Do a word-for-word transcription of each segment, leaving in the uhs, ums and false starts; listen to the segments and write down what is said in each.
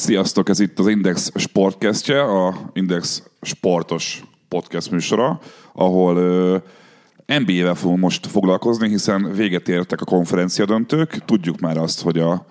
Sziasztok, ez itt az Index Sportcastje, a Index sportos podcast műsora, ahol uh, en bé á-vel fogunk most foglalkozni, hiszen véget értek a konferencia döntők. Tudjuk már azt, hogy a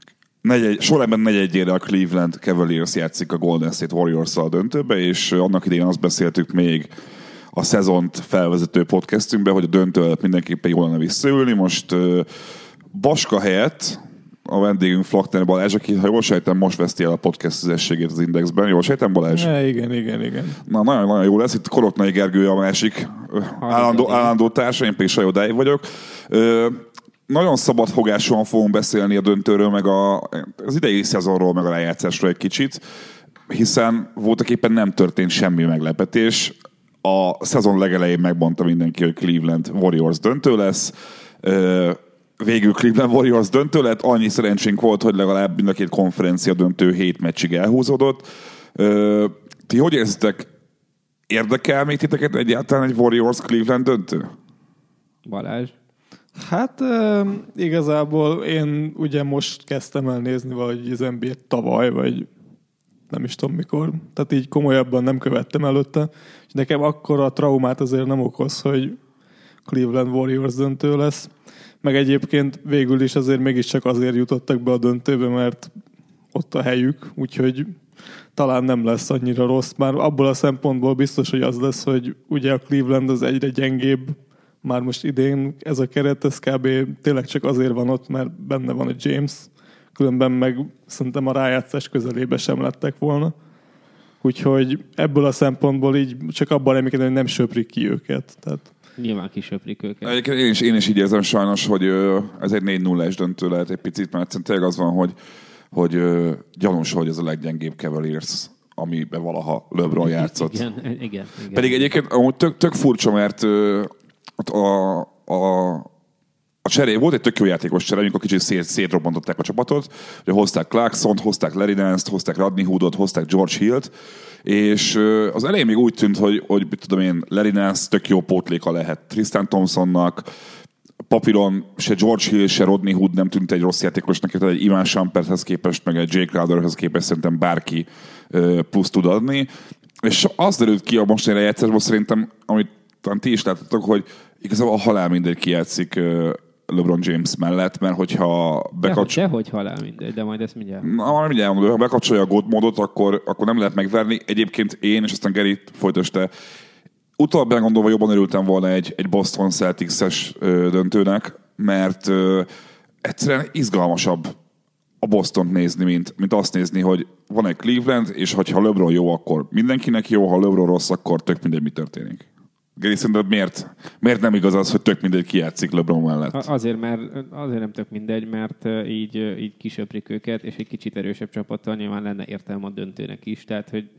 negy, sorában negyedjére a Cleveland Cavaliers játszik a Golden State Warriors-szal a döntőbe, és annak idején azt beszéltük még a szezont felvezető podcastünkben, hogy a döntő előtt mindenképpen jól lenne visszaülni. Most uh, Baska helyett a vendégünk Flakner Balázs, aki, ha jól sejtem, most veszti el a podcast-ezességét az Indexben. Jól sejtem, Balázs? Ja, igen, igen, igen. Na, nagyon-nagyon jó lesz. Itt Koroknai Gergő a másik állandó, állandó társa, én pedig Sajó Dáj vagyok. Ö, nagyon szabadfogáson fogunk beszélni a döntőről, meg a, az idei szezonról, meg a rájátszásról egy kicsit, hiszen voltak éppen nem történt semmi meglepetés. A szezon legelején megmondta mindenki, hogy Cleveland Warriors döntő lesz. Ö, Végül Cleveland Warriors döntő lett, annyi szerencsénk volt, hogy legalább mind a két konferencia döntő hét meccsig elhúzódott. Ö, ti hogy érzitek? Érdekel még titeket egyáltalán egy Warriors-Cleveland döntő? Balázs? Hát e, igazából én ugye most kezdtem el nézni valahogy az en bé á-t tavaly, vagy nem is tudom mikor. Tehát így komolyabban nem követtem előtte. És nekem akkora traumát azért nem okoz, hogy Cleveland Warriors döntő lesz. Meg egyébként végül is azért mégiscsak azért jutottak be a döntőbe, mert ott a helyük, úgyhogy talán nem lesz annyira rossz. Már abból a szempontból biztos, hogy az lesz, hogy ugye a Cleveland az egyre gyengébb, már most idén ez a keret, ez kb. Tényleg csak azért van ott, mert benne van a James, különben meg szerintem a rájátszás közelébe sem lettek volna. Úgyhogy ebből a szempontból így csak abban reménykedem, hogy nem söprik ki őket. Tehát nyilván kisöprik őket. Egyébként én is, én is így érzem sajnos, hogy ez egy négy nullás döntő lehet egy picit, mert tényleg az van, hogy, hogy gyanús, hogy ez a leggyengébb Cavaliers, amiben valaha LeBron játszott. Igen, igen, igen. Pedig egyébként amúgy tök, tök furcsa, mert a, a, a cseré, volt egy tök jó játékos cseré, amikor kicsit szét, szétrobbantották a csapatot, hogy hozták Clarksont, hozták Larry Nance-t, hozták Rodney Hoodot, hozták George Hill-t, és az elején még úgy tűnt, hogy, hogy tudom én, Larry Nance tök jó pótléka lehet Tristan Thompsonnak, papíron se George Hill, se Rodney Hood nem tűnt egy rossz játékosnak, tehát egy Ivan Shumperthez képest, meg egy Jay Crowderhez képest szerintem bárki plusz tud adni. És az derült ki a mostani lejátszásból szerintem, amit talán ti is láttatok, hogy igazából a halál mindegy kijátszik LeBron James mellett, mert hogyha bekapcsol... De, dehogy halál mindegy, de majd ezt mindjárt. Na, mindjárt mondom, ha bekapcsolja a God módot, akkor, akkor nem lehet megverni. Egyébként én, és aztán Geri folytasd te, utóbb gondolva jobban örültem volna egy, egy Boston Celtics-es ö, döntőnek, mert ö, egyszerűen izgalmasabb a Bostont nézni, mint, mint azt nézni, hogy van egy Cleveland, és hogyha LeBron jó, akkor mindenkinek jó, ha LeBron rossz, akkor tök mindegy, mi történik. Geri, szerinted miért, miért nem igaz az, hogy tök mindegy kijátszik LeBron mellett? Azért, mert, azért nem tök mindegy, mert így, így kisöprik őket, és egy kicsit erősebb csapattal nyilván lenne értelme a döntőnek is. Tehát, hogy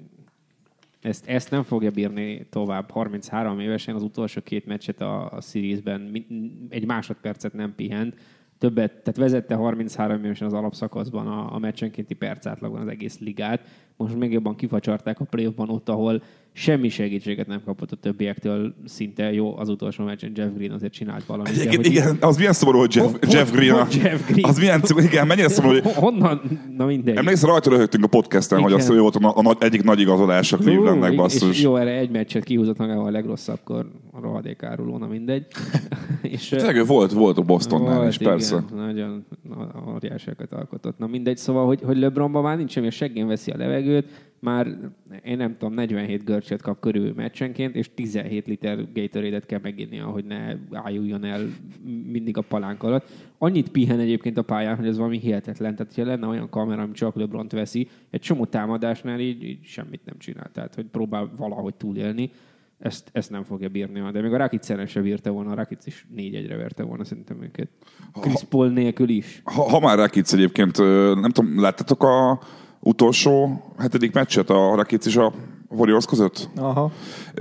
ezt, ezt nem fogja bírni tovább. harminchárom évesen az utolsó két meccset a, a Series-ben egy másodpercet nem pihent. Többet, tehát vezette harminchárom évesen az alapszakaszban a, a meccsenkénti percátlagon az egész ligát. Most még jobban kifacsarták a playoffban ott, ahol semmi segítséget nem kapott a többiektől, szinte jó, az utolsó meccsen Jeff Green azért csinált valamit. Igen, hogy igen, az milyen szomorú, hogy Jeff, ho, Jeff, Green, ho, Jeff Green. Az milyen, igen, mennyire szomorú, hogy... Honnan? Na mindegy. Emlékszel, rajta röhögtünk a podcasten, igen, hogy az volt a, a, a egyik nagy igazolás a Clevelandnek, basszus. Jó, erre egy meccset kihúzott magával a legrosszabbkor a rohadék áruló, na mindegy. és, tényleg volt, volt a Bostonnál volt, is, igen, persze. Nagyon óriásiakat alkotott. Na mindegy, szóval, hogy, hogy LeBronban már nincs semmi, a seggén veszi a levegőt, már én nem tudom, negyvenhét görcsöt kap körül meccsenként, és tizenhét liter Gatorade-et kell meginni, ahogy ne ájuljon el mindig a palánk alatt. Annyit pihen egyébként a pályán, hogy ez valami hihetetlen. Tehát, ha lenne olyan kamera, ami csak LeBront veszi, egy csomó támadásnál így, így semmit nem csinál. Tehát, hogy próbál valahogy túlélni. Ezt, ezt nem fogja bírni. De még a Rakic se bírta volna, a Rakic is négy egyre verte volna szerintem őket. Chris Paul nélkül is. Ha, ha már Rakic egyébként, nem tudom, láttatok a utolsó hetedik meccset a Rakic és a Warriors között? Aha.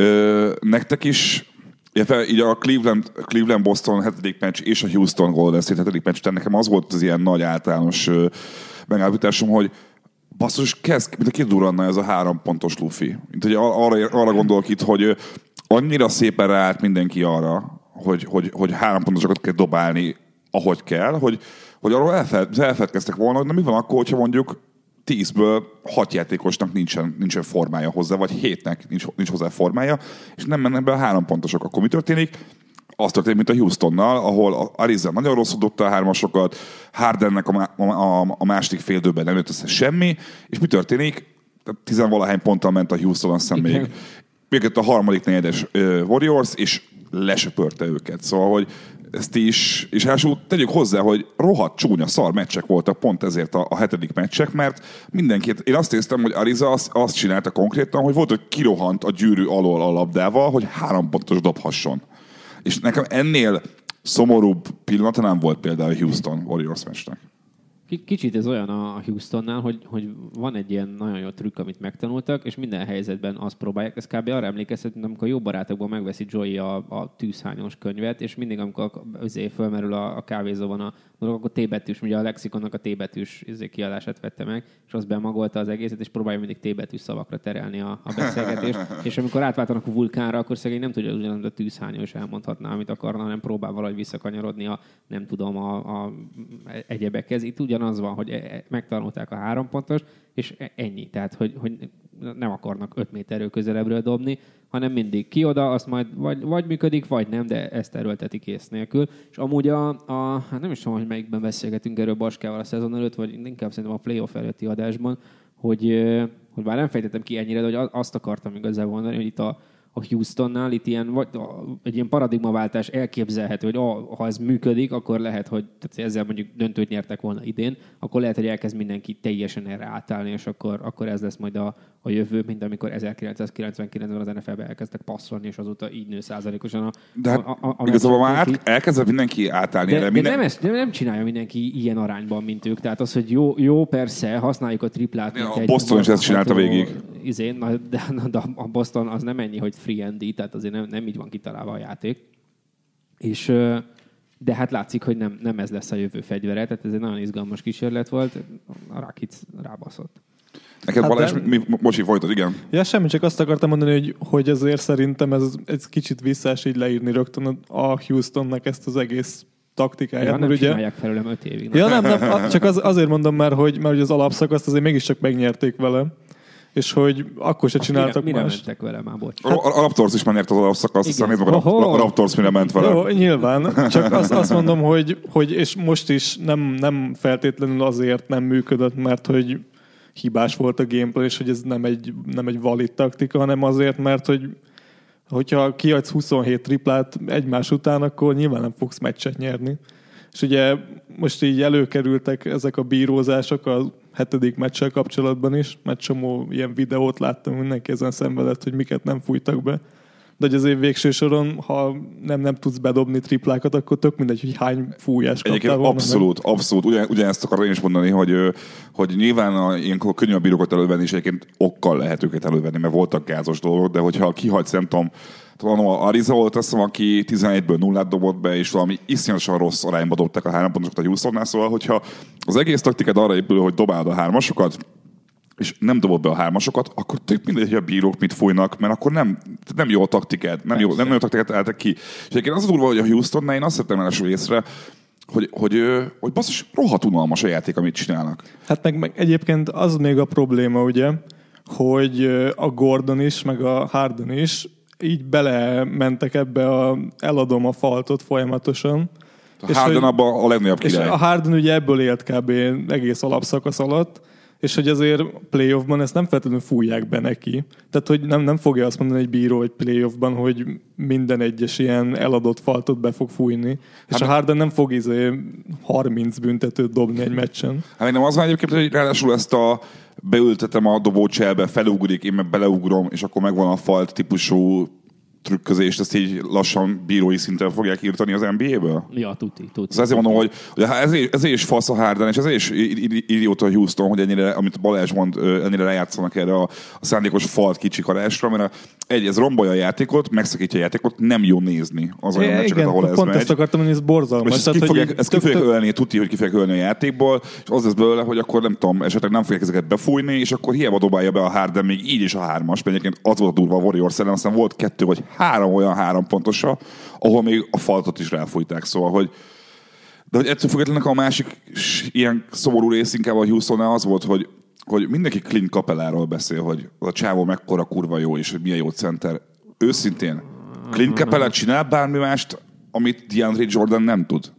Ö, nektek is, illetve így a Cleveland, Cleveland-Boston hetedik meccs és a Houston Golden State hetedik meccs, tehát nekem az volt az ilyen nagy általános megállapításom, hogy basszus, kezd, mint a kidurranna ez a három pontos lufi. Mint hogy arra, arra gondolok itt, hogy annyira szépen ráállt mindenki arra, hogy, hogy, hogy három pontosokat kell dobálni, ahogy kell, hogy, hogy arról elfed, elfedkeztek volna, hogy na mi van akkor, hogyha mondjuk tízből hat játékosnak nincsen, nincsen formája hozzá, vagy hétnek nincs, nincs hozzá formája, és nem mennek be a három pontosok. Akkor mi történik? Az történik, mint a Houstonnal, ahol Arizona nagyon rosszul dobta a hármasokat, Hardennek a, a, a második fél időben nem jött össze semmi, és mi történik? Tizenvalahány ponttal ment a Houston, aztán még, még a harmadik negyedes Warriors, és lesöpörte őket. Szóval, hogy ezt is, és hásul tegyük hozzá, hogy rohadt csúnya szar meccsek voltak pont ezért a, a hetedik meccsek, mert mindenkit, én azt néztem, hogy Ariza azt, azt csinálta konkrétan, hogy volt, hogy kirohant a gyűrű alól a labdával, hogy három pontos dobhasson. És nekem ennél szomorúbb pillanata nem volt például a Houston Warriors meccsnek. Kicsit ez olyan a Houstonnál, hogy, hogy van egy ilyen nagyon jó trükk, amit megtanultak, és minden helyzetben azt próbálják. Ez kb. Arra emlékeztet, mint amikor jó barátokban megveszi Joey a, a tűzhányos könyvet, és mindig, amikor azért fölmerül a, a kávézóban a dolog, akkor T-betűs, ugye a lexikonnak a T-betűs kiadását vette meg, és azt bemagolta az egészet, és próbálja mindig T-betűs szavakra terelni a, a beszélgetést. És amikor átváltanak a vulkánra, akkor szegény nem tudja, ugyanaz a tűzhányos elmondhatná, amit akarna, hanem próbál valahogy visszakanyarodni a, nem tudom, a, a egyebekhez. Itt ugyanaz van, hogy megtanulták a három pontos, és ennyi. Tehát, hogy, hogy nem akarnak öt méterről közelebbről dobni, hanem mindig ki oda, azt majd vagy, vagy működik, vagy nem, de ezt erőltetik ész nélkül. És amúgy a, a hát nem is tudom, hogy melyikben beszélgetünk erről Baskával a szezon előtt, vagy inkább szerintem a playoff előtti adásban, hogy, hogy bár nem fejtettem ki ennyire, de hogy azt akartam igazából mondani, hogy itt a a Houstonnál itt ilyen, vagy, egy ilyen paradigmaváltás elképzelhető, hogy oh, ha ez működik, akkor lehet, hogy tehát ezzel mondjuk döntőt nyertek volna idén, akkor lehet, hogy elkezd mindenki teljesen erre átállni, és akkor, akkor ez lesz majd a, a jövő, mint amikor ezerkilencszázkilencvenkilencben az en ef el-be elkezdtek passzolni, és azóta így nő százalékosan a... De hát a, a, a igazából már át, elkezdett mindenki átállni. De, de minden... nem, ezt, nem csinálja mindenki ilyen arányban, mint ők. Tehát az, hogy jó, jó persze, használjuk a triplát. Ja, a Boston is ezt csinálta végig. Izén, de, de a Boston az nem ennyi, hogy free and D, tehát azért nem, nem így van kitalálva a játék. És, de hát látszik, hogy nem, nem ez lesz a jövő fegyvere, tehát ez egy nagyon izgalmas kísérlet volt. A Rakic rábaszott. Neked hát Balázs, de... mi, most így folytad, igen? Ja, semmi, csak azt akartam mondani, hogy, hogy ezért szerintem ez, ez kicsit visszás így leírni rögtön a Houstonnak ezt az egész taktikáját. Ja, nem ugye... csinálják felőlem öt évig. Ja, nem, nem, csak az, azért mondom már, hogy, mert hogy az alapszakaszt azért mégiscsak megnyerték vele, és hogy akkor se csináltak mire, más. Mire mentek vele már, bocs? Hát... A, a Raptors is megnyerte az alapszakaszt, aztán nézd meg a, a Raptors mire ment vele. Jó, nyilván. Csak azt, azt mondom, hogy, hogy és most is nem, nem feltétlenül azért nem működött, mert hogy hibás volt a gameplay, és hogy ez nem egy, nem egy valid taktika, hanem azért, mert hogy hogyha kiadsz huszonhét triplát egymás után, akkor nyilván nem fogsz meccset nyerni. És ugye most így előkerültek ezek a bírózások a hetedik meccsel kapcsolatban is, mert csomó ilyen videót láttam, mindenki ezen szenvedett, hogy miket nem fújtak be. De hogy azért végső soron, ha nem, nem tudsz bedobni triplákat, akkor tök mindegy, hogy hány fújás kaptál volna. Abszolút, meg. abszolút. Ugyan, ugyanezt akarom én is mondani, hogy, hogy nyilván a, ilyenkor könnyű a bírókat elővenni, és egyébként okkal lehet őket elővenni, mert voltak gázos dolgok, de hogyha kihagysz, nem tudom, talán a Ariza volt azt mondom, aki tizenegyből nullát dobott be, és valami iszonyatosan rossz arányba dobták a három pontosokat a Houstonnál, szóval hogyha az egész taktikád arra épül, hogy dobáld a hármasokat, és nem dobod be a hármasokat, akkor tök mindegy, hogy a bírók mit fújnak, mert akkor nem, nem jó a taktikád, nem jó, nem jó taktikát álltak ki. És egyébként az a durva, hogy a Houstonnál én azt vettem el észre, hogy, hogy, hogy basszus, rohadt unalmas a játék, amit csinálnak. Hát meg, meg egyébként az még a probléma, ugye, hogy a Gordon is, meg a Harden is így belementek ebbe a eladom a faltot folyamatosan. A Harden abban a legnagyobb király. És a Harden ugye ebből élt kb. Egész alapszakasz alatt, és hogy azért playoffban ezt nem feltétlenül fújják be neki. Tehát, hogy nem, nem fogja azt mondani egy bíró egy playoffban, hogy minden egyes ilyen eladott faltot be fog fújni. Hát és a Harden nem fog izé harminc büntetőt dobni egy meccsen. Hát nem az van egyébként, hogy ráadásul ezt a beültetem a dobócselbe, felugrik, én meg beleugrom, és akkor megvan a falt típusú trükközést, ezt így lassan bírói szinten fogják írtani az en bé á-ből? Ja, tuti, tuti. Ez ezért mondom, hogy, hogy ezért, ezért is fasz a Harden, és ezért is idióta a Houston, hogy ennyire, amit Balázs mond, ennyire lejátszanak erre a, a szándékos falt kicsikarásra, mert egy, ez rombolja a játékot, megszakítja a játékot, nem jó nézni az olyan meccseket, ahol ez pont megy. Ezt akartam, hogy ez borzalmas. És ezt ki fogják, ezt ki fogják ölni, tuti, hogy ki fogják ölni a játékból, és az lesz belőle, hogy akkor nem tudom, esetleg nem fogják ezeket befújni, és akkor hiába dobálja be a Harden még így is a hármas, mert egyébként az volt a durva a Warriors ellen, aztán volt kettő vagy három olyan három pontosa, ahol még a faltot is ráfújták, szóval, hogy de hogy ettől függetlenül a másik ilyen szomorú rész inkább a Houstonnál az volt, hogy hogy mindenki Clint Capelláról beszél, hogy az a csávó mekkora kurva jó, és hogy milyen jó center. Őszintén, Clint Capella csinál bármi mást, amit DeAndre Jordan nem tud.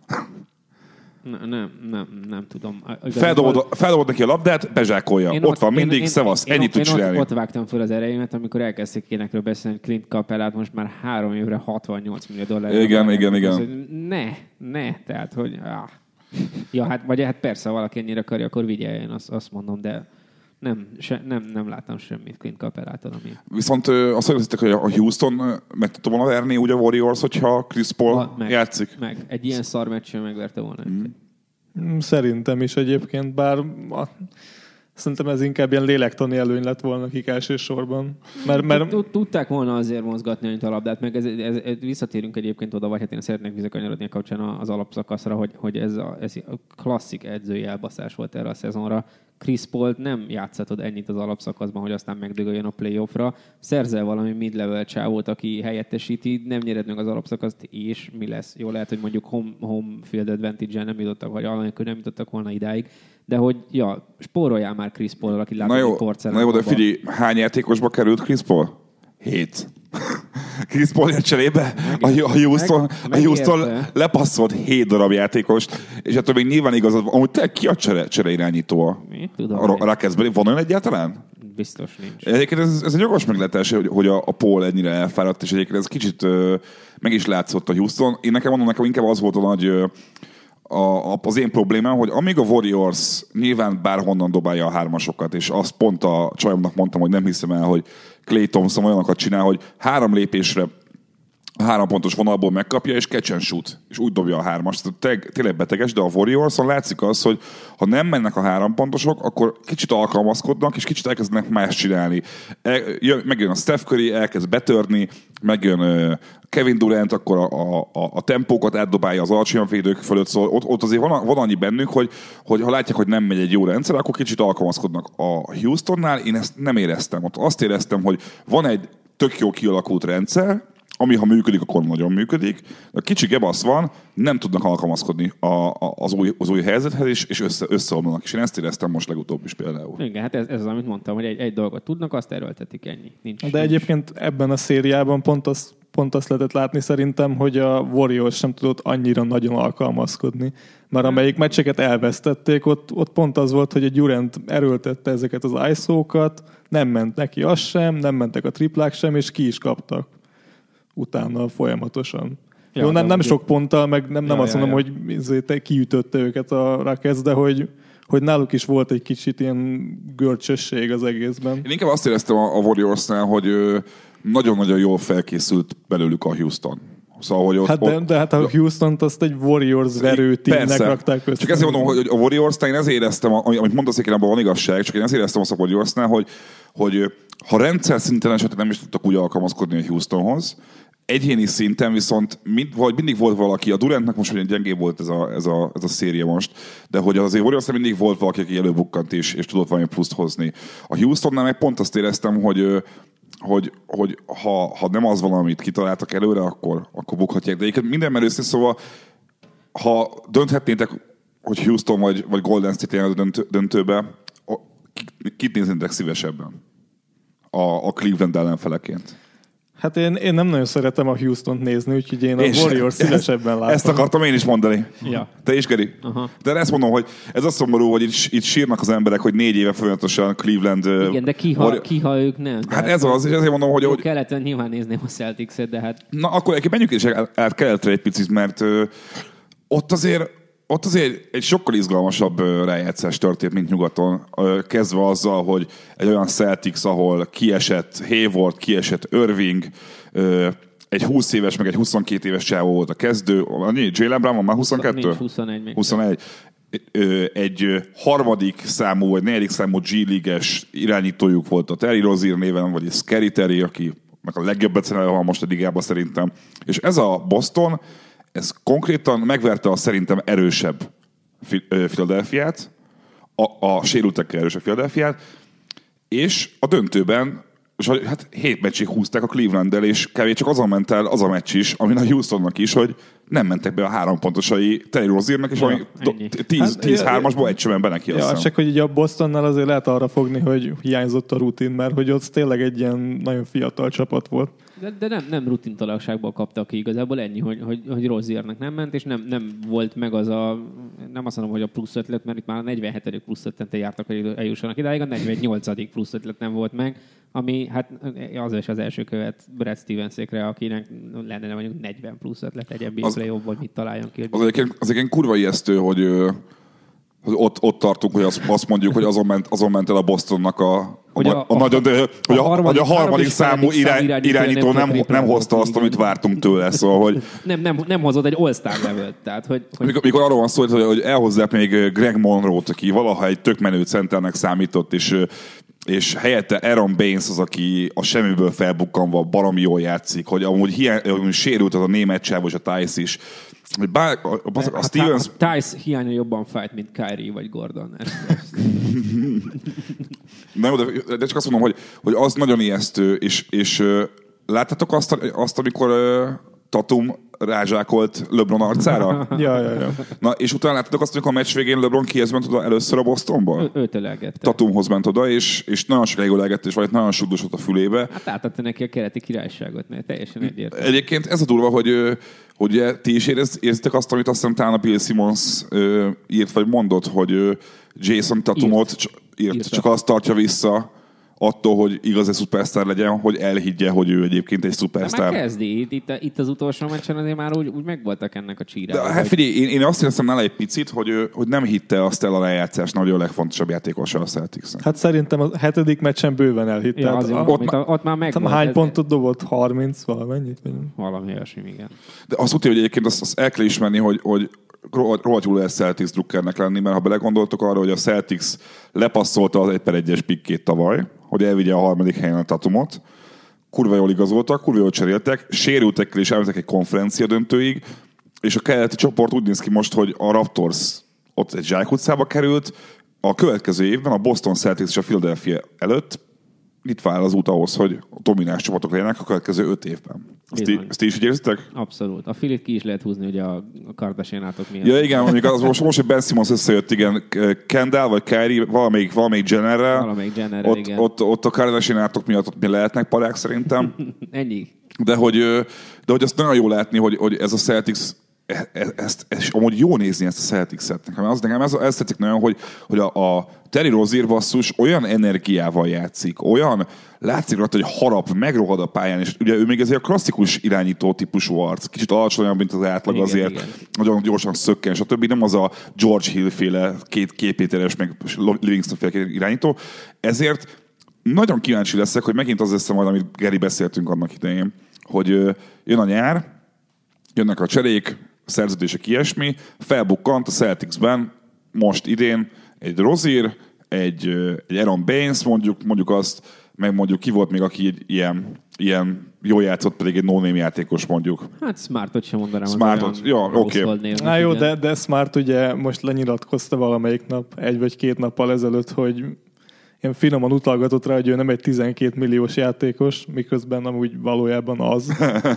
Nem, nem, nem, nem tudom. Feldobod, feldobod neki a labdát, bezsákolja. Ott, ott van mindig, én, szevasz, én, ennyit tud csinálni. Ott, ott vágtam föl az erejémet, amikor elkezdték énekről beszélni, Clint Capellát most már három évre hatvannyolc millió dollár. Igen, igen, igen. Az, ne, ne, tehát, hogy... Ah. Ja, hát, vagy hát persze, ha valaki ennyire akarja, akkor vigyeljen, azt, azt mondom, de nem, se, nem, nem láttam semmit Clint Capellától, ami... Viszont azt mondjátok, hogy a Houston meg tudta volna verni úgy a Warriors, hogyha Chris Paul ha, meg, játszik? Meg. Egy ilyen szar meccsen megverte volna. Mm. Szerintem is egyébként, bár a, szerintem ez inkább ilyen lélektani előny lett volna nekik elsősorban. Mert, mert... Tudták volna azért mozgatni annyit a labdát, meg ez, ez, ez, visszatérünk egyébként oda, vagy hát én szeretnék visszakanyarodni a kapcsán az alapszakaszra, hogy, hogy ez, a, ez a klasszik edzői elbaszás volt erre a szezonra. Chris Paul nem játszhatod ennyit az alapszakaszban, hogy aztán megdögöljön a playoffra. Szerzel valami mid-level csávót, aki helyettesíti, nem nyered meg az alapszakaszt, és mi lesz? Jó, lehet, hogy mondjuk home, home field advantage-en nem jutottak, vagy alanyakor nem jutottak volna idáig, de hogy, ja, spóroljál már Chris Paul-al, aki látott egy porcelán. Na jó, de figyelj, hány játékosba került Chris Paul? Hét. Chris Paul jött cserébe, a, a Houston, meg, a Houston lepasszolt hét darab játékost, és ettől még nyilván igazad, amúgy te ki a csere, csere irányító a, a, a Rocketsben? Van olyan egyáltalán? Biztos nincs. Egyébként ez, ez egy jogos meglátás, hogy, hogy a, a Paul ennyire elfáradt, és egyébként ez kicsit uh, meg is látszott a Houston. Én nekem mondom, nekem inkább az volt a nagy... Uh, A, az én problémám, hogy amíg a Warriors nyilván bárhonnan dobálja a hármasokat, és azt pont a csajomnak mondtam, hogy nem hiszem el, hogy Klay Thompson olyanokat csinál, hogy három lépésre a három pontos vonalból megkapja, és catch and shoot, és úgy dobja a hármast. Tényleg, tényleg beteges, de a Warriorson látszik az, hogy ha nem mennek a három pontosok, akkor kicsit alkalmazkodnak, és kicsit elkezdenek más csinálni. El, jön, megjön a Steph Curry, elkezd betörni, megjön uh, Kevin Durant, akkor a, a, a, a tempókat átdobálja az alacsonyan védők fölött, szóval ott, ott azért van, van annyi bennük, hogy, hogy ha látják, hogy nem megy egy jó rendszer, akkor kicsit alkalmazkodnak. A Houstonnál én ezt nem éreztem. Ott azt éreztem, hogy van egy tök jó kialakult rendszer, ami ha működik, akkor nagyon működik. A kicsi gebasz van, nem tudnak alkalmazkodni a, a, az, új, az új helyzethez, és, és össze, összeomlanak. És én ezt éreztem most legutóbb is például. Igen, hát ez, ez az, amit mondtam, hogy egy, egy dolgot tudnak, azt erőltetik, ennyi. Nincs, De nincs. egyébként ebben a szériában pont, az, pont azt lehetett látni szerintem, hogy a Warriors sem tudott annyira nagyon alkalmazkodni. Mert amelyik meccseket elvesztették, ott, ott pont az volt, hogy a Durant erőltette ezeket az i es o-kat, nem ment neki az sem, nem mentek a triplák sem, és ki is kaptak utána folyamatosan. Ja, Jó, nem, nem sok ponttal, meg nem, nem ja, azt ja, mondom, ja. hogy te kiütötte őket a Rockets, de hogy, hogy náluk is volt egy kicsit ilyen görcsösség az egészben. Én inkább azt éreztem a Warriorsnál, hogy nagyon-nagyon jól felkészült belőlük a Houston. Szóval, hogy ott, hát de, ott, de hát a Houstont azt egy Warriors verőtímnek rakták össze. Csak ezért mondom, hogy a Warriors-nál én ezért éreztem, amit mondasz, hogy abban van igazság, csak én ezért éreztem azt a Warriorsnál, hogy, hogy ha rendszer szinten esetleg nem is tudtak úgy alkalmazkodni a Houstonhoz, egyéni szinten viszont mind, vagy mindig volt valaki, a Durantnak most ugye gyengébb volt ez a, ez a, ez a széria most, de hogy azért Warriorsnál mindig volt valaki, aki előbukkant és, és tudott valami pluszt hozni. A Houstonnál meg pont azt éreztem, hogy hogy, hogy ha, ha nem az valamit kitaláltak előre, akkor, akkor bukhatják. De egyébként minden merőszín, szóval ha dönthetnétek, hogy Houston vagy, vagy Golden State jön a döntő, döntőbe, kit néznétek szívesebben a, a Cleveland ellenfeleként? Hát én, én nem nagyon szeretem a Houstont nézni, úgyhogy én a és Warriors szívesebben látom. Ezt akartam én is mondani. Ja. Te is, Geri? Aha. De ezt mondom, hogy ez a szomorú, hogy itt, itt sírnak az emberek, hogy négy éve folyamatosan Cleveland... Igen, de ki, ha, Warrior... ki, ha ők nem. Hát ez az, és ezért mondom, hogy... hogy... Keleten nyilván nézném a Celtics-et, de hát... Na, akkor egy menjünk is át keletre egy picit, mert ö, ott azért Ott azért egy sokkal izgalmasabb rájátszás történt, mint nyugaton. Kezdve azzal, hogy egy olyan Celtics, ahol kiesett Hayward, kiesett Irving, egy húsz éves, meg egy huszonkét éves csávó volt a kezdő. Jaylen Brown van már huszonkettő? Nincs, huszonegy még. huszonegy. Egy harmadik számú, vagy negyedik számú G-liges irányítójuk volt a Terry Rozier néven, vagy Scary Terry, aki a legjobb becenelve van most a ligában szerintem. És ez a Boston, ez konkrétan megverte a szerintem erősebb Philadelphiát, a, a sérültekkel erősebb Philadelphiát, és a döntőben, és hát hét meccsig húzták a Cleveland-del, és kevés csak azon ment el az a meccs is, amin a Houstonnak is, hogy nem mentek be a három pontosai Terry Roziernek, és Ja, valami tíz-hármasból egy sem be neki. Ja, csak hogy így a Bostonnál azért lehet arra fogni, hogy hiányzott a rutin, mert hogy ott tényleg egy ilyen nagyon fiatal csapat volt. De, de nem, nem rutintalanságból kaptak ki igazából ennyi, hogy, hogy, hogy Roziernek nem ment, és nem, nem volt meg az a, nem azt mondom, hogy a plusz ötlet, mert itt már a negyvenhetedik plusz ötlete jártak, hogy eljussanak idáig, a negyvennyolcadik plusz ötlet nem volt meg, ami hát az is az első követ Brad Stevensékre, akinek lenne mondjuk negyven plusz ötlet egy en bé á play-off, vagy mit találjon ki. Az egyébként, az egyébként kurva ijesztő, hogy, hogy ott, ott tartunk, hogy azt, azt mondjuk, hogy azon ment, azon ment el a Bostonnak a Hogy a, a, a, nagyon, de, hogy a, a, harmadik, a harmadik számú irány, irányító, irányító nem, nem hozta azt, amit vártunk tőle. Szóval, hogy nem, nem, nem hozott egy all-star level. Tehát, hogy, hogy... Mikor, mikor arról van szó, hogy, hogy elhozzák még Greg Monroe-t, aki valaha egy tök menő centernek számított, és, és helyette Aaron Baines az, aki a semmiből felbukkanva baromi jól játszik, hogy amúgy hiány, sérült az a német csáv, és a Tice is. Bár, a, a, a, a Stevens... Tice hiánya jobban fájt, mint Kyrie vagy Gordon. Na jó, de, de csak azt mondom, hogy, hogy az nagyon ijesztő, és, és uh, láttátok azt, azt amikor uh, Tatum rázsákolt LeBron arcára? ja, ja, ja. Na, és utána láttátok azt, amikor a meccs végén LeBron kihez ment oda először a Bostonból? Ő, őt ölelgette. Tatumhoz ment oda, és, és nagyon sokáig ölelgette, és vagy nagyon sudosott a fülébe. Hát átadta neki a keleti királyságot, mert teljesen egyértelmű. Egyébként ez a durva, hogy hogy ti is érez, érzitek azt, amit azt hiszem talán a Bill Simmons ö, írt, vagy mondott, hogy ö, Jason Tatumot írt. Írt, írt, csak azt tartja vissza attól, hogy igazi szupersztár legyen, hogy elhiggye, hogy ő egyébként egy szupersztár. Már kezdi. Itt, itt, itt az utolsó meccsen azért már úgy, úgy megvoltak ennek a csírával. De hát figyelj, én, én azt éreztem nála egy picit, hogy, hogy nem hitte azt el a lejátszásnál, hogy a legfontosabb játékosa a Celtics-en. Hát szerintem a hetedik meccsen bőven elhitte. Ja, azért, a, ott, a, ott már megvolt. Hány pontot dobott? harminc valamennyit? Valami olyasmi, igen. De azt tudja, hogy egyébként azt, azt el kell ismerni, hogy, hogy rohadt jól lehet Celtics drukkernek lenni, mert ha belegondoltok arra, hogy a Celtics lepasszolta az egy per egyes pikkét tavaly, hogy elvigye a harmadik helyen a Tatumot, kurva jól igazoltak, kurva jól cseréltek, sérültekkel is elmentek egy konferencia döntőig, és a keleti csoport úgy néz ki most, hogy a Raptors ott egy zsákutcába került, a következő évben a Boston Celtics és a Philadelphia előtt itt vár az út ahhoz, hogy domináns csapatok legyenek a következő öt évben. Ezt ti, ezt ti is így érzitek? Abszolút. A Filit ki is lehet húzni, ugye a Kardashian-átok miatt. Ja igen, mondjuk az most, most, hogy Ben Simmons összejött, igen, Kendall vagy Kyrie, valamelyik, valamelyik Jennerrel. Valamelyik Jennerrel, ott, igen. Ott, ott a Kardashian-átok miatt ott mi lehetnek parák szerintem. Ennyi. De hogy, de hogy azt nagyon jó látni, hogy, hogy ez a Celtics ezt, ezt, ezt amúgy jó nézni ezt a Celtics-et. Nekem az, nekem ez, ez tetszik nagyon, hogy, hogy a, a Terry Rozier basszus olyan energiával játszik, olyan látszik rajta, hogy harap, megrohad a pályán, és ugye ő még ezért a klasszikus irányító típusú arc, kicsit alacsonyabb, mint az átlag, igen, azért igen. Nagyon gyorsan szökken, és a többi nem az a George Hill-féle két, két Péteres, meg Livingston-féle irányító. Ezért nagyon kíváncsi leszek, hogy megint az lesz majd, amit Geri beszéltünk annak idején, hogy jön a nyár, jönnek a cserék, szerződések, ilyesmi, felbukkant a Celticsben most idén egy Rozier, egy, egy Aaron Baines, mondjuk, mondjuk azt, meg mondjuk ki volt még, aki egy ilyen, ilyen jól játszott, pedig egy no-name játékos mondjuk. Hát Smartot sem mondanám. Smartot, ja, oké. Okay. Na jó, de, de Smart ugye most lenyilatkozta valamelyik nap, egy vagy két nappal ezelőtt, hogy ilyen finoman utalgatott rá, hogy ő nem egy tizenkét milliós játékos, miközben amúgy valójában az.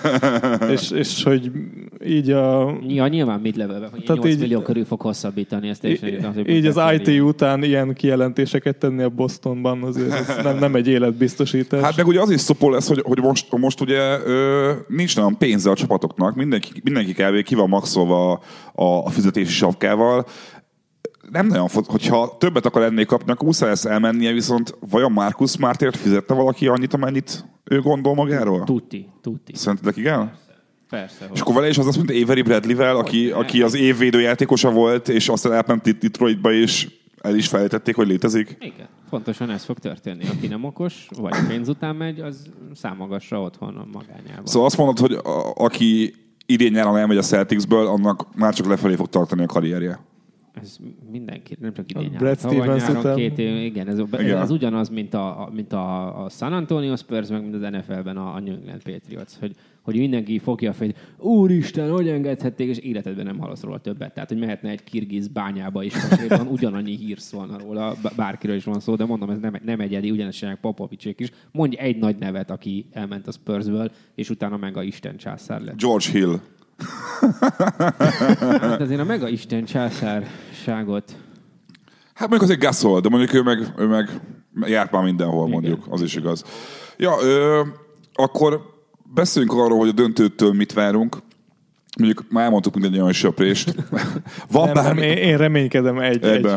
és, és hogy így a... Ja, nyilván mid-levelben, hogy nyolc így, millió körül fog hosszabbítani. Ezt így, így, így az i té után ilyen kijelentéseket tenni a Bostonban, azért ez nem, nem egy életbiztosítás. Hát meg ugye az is szopó lesz, hogy, hogy most, most ugye ö, nincs nagyon pénze a csapatoknak, mindenki, mindenki kb. Ki van maxolva a, a fizetési sapkával. Nem nagyon, hogyha többet akar ennél kapni, akkor muszáj lesz elmennie, viszont vajon Marcus Smartért fizette valaki annyit, amennyit ő gondol magáról? Tuti, tuti. Szerintetek igen? Persze. És akkor vele is az azt mondta Avery Bradley-vel, aki, aki az év védőjátékosa volt, és aztán elment Detroitba, és el is felejtették, hogy létezik. Igen, pontosan ez fog történni. Aki nem okos, vagy pénz után megy, az számolgassa otthon a magányában. Szóval azt mondod, hogy a, aki idén nyáron elmegy a Celticsből, annak már csak lefelé fog tartani a karrierje. Ez mindenki, nem csak idén Brad Stevens után. Két év, igen, ez, igen. ez ugyanaz, mint a, mint a, a San Antonio Spurs, meg mint az en ef el-ben a, a New England Patriots, hogy, hogy mindenki fogja a fejét, úristen, hogy engedhették, és életedben nem hallasz róla többet. Tehát, hogy mehetne egy kirgiz bányába is, konkrétan ugyanannyi hír szólna róla, bárkiről is van szó, de mondom, ez nem, nem egyedi, ugyanezt csinálják Popovicsék is. Mondj egy nagy nevet, aki elment a Spursből, és utána meg a Isten császár lett. George Hill. Hát azért a mega isten császárságot. Hát mondjuk azért Gasol, de mondjuk ő meg, ő meg járt már mindenhol, igen, mondjuk, az is igaz. Ja, ö, akkor beszéljünk arról, hogy a döntőtől mit várunk. Mondjuk már elmondtuk minden olyan söprést. Van nem, bármi... nem, én, én reménykedem egy-egy.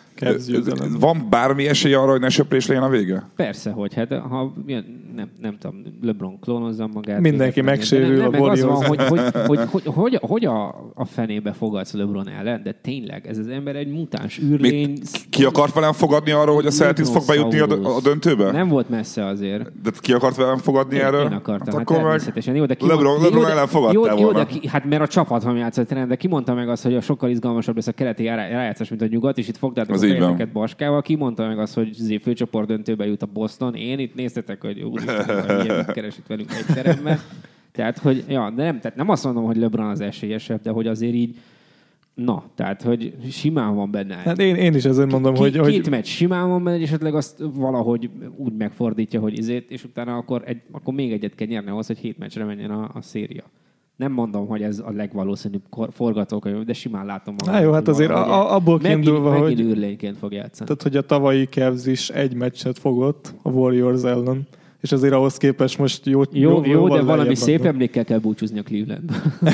Van bármi esély arra, hogy ne söprés legyen a vége? Persze, hogy hát ha nem, nem tudom, LeBron klónozza magát. Mindenki megsérül a Warriors. Az van, hogy, hogy, hogy, hogy, hogy, hogy a, a fenébe fogadsz LeBron ellen, de tényleg, ez az ember egy mutáns űrlény. Mit, ki akart velem fogadni arról, hogy a Celtics fog bejutni a, a döntőbe? Nem volt messze azért. De ki akart velem fogadni én, erről? Én akartam, hát, hát természetesen. Jó, de ki LeBron, mond, LeBron jó, ellen fogadtál jó, volna. Jó, de ki, hát mert a csapat van játszott, de ki mondta meg azt, hogy a sokkal izgalmasabb lesz a keleti rájátszás, mint a nyugat, és itt fogtátok a fejeteket Baskával. Ki mondta meg azt, hogy főcsoport döntőbe jut a Boston. Én itt néztetek, hogy úristen, ilyen keresít velünk egy teremben. Tehát, hogy, ja, de nem, tehát nem azt mondom, hogy LeBron az esélyesebb, de hogy azért így, na, tehát, hogy simán van benne. Hát én, én is ezért mondom, K- hogy... Két hogy... meccs simán van benne, és esetleg azt valahogy úgy megfordítja, hogy izét, és utána akkor, egy, akkor még egyet kell nyerni ahhoz, hogy hét meccsre menjen a, a széria. Nem mondom, hogy ez a legvalószínűbb forgatókönyv, de simán látom magam. Há, jó, hát azért a, abból kiindulva, hogy... Megint űrlényként fog játszani. Tehát, hogy a tavalyi Cavs is egy meccset fogott a Warriors ellen, és azért ahhoz képest most jó... Jó, jó, jó de valami szép adnak. emlékkel kell búcsúzni a Clevelandbe.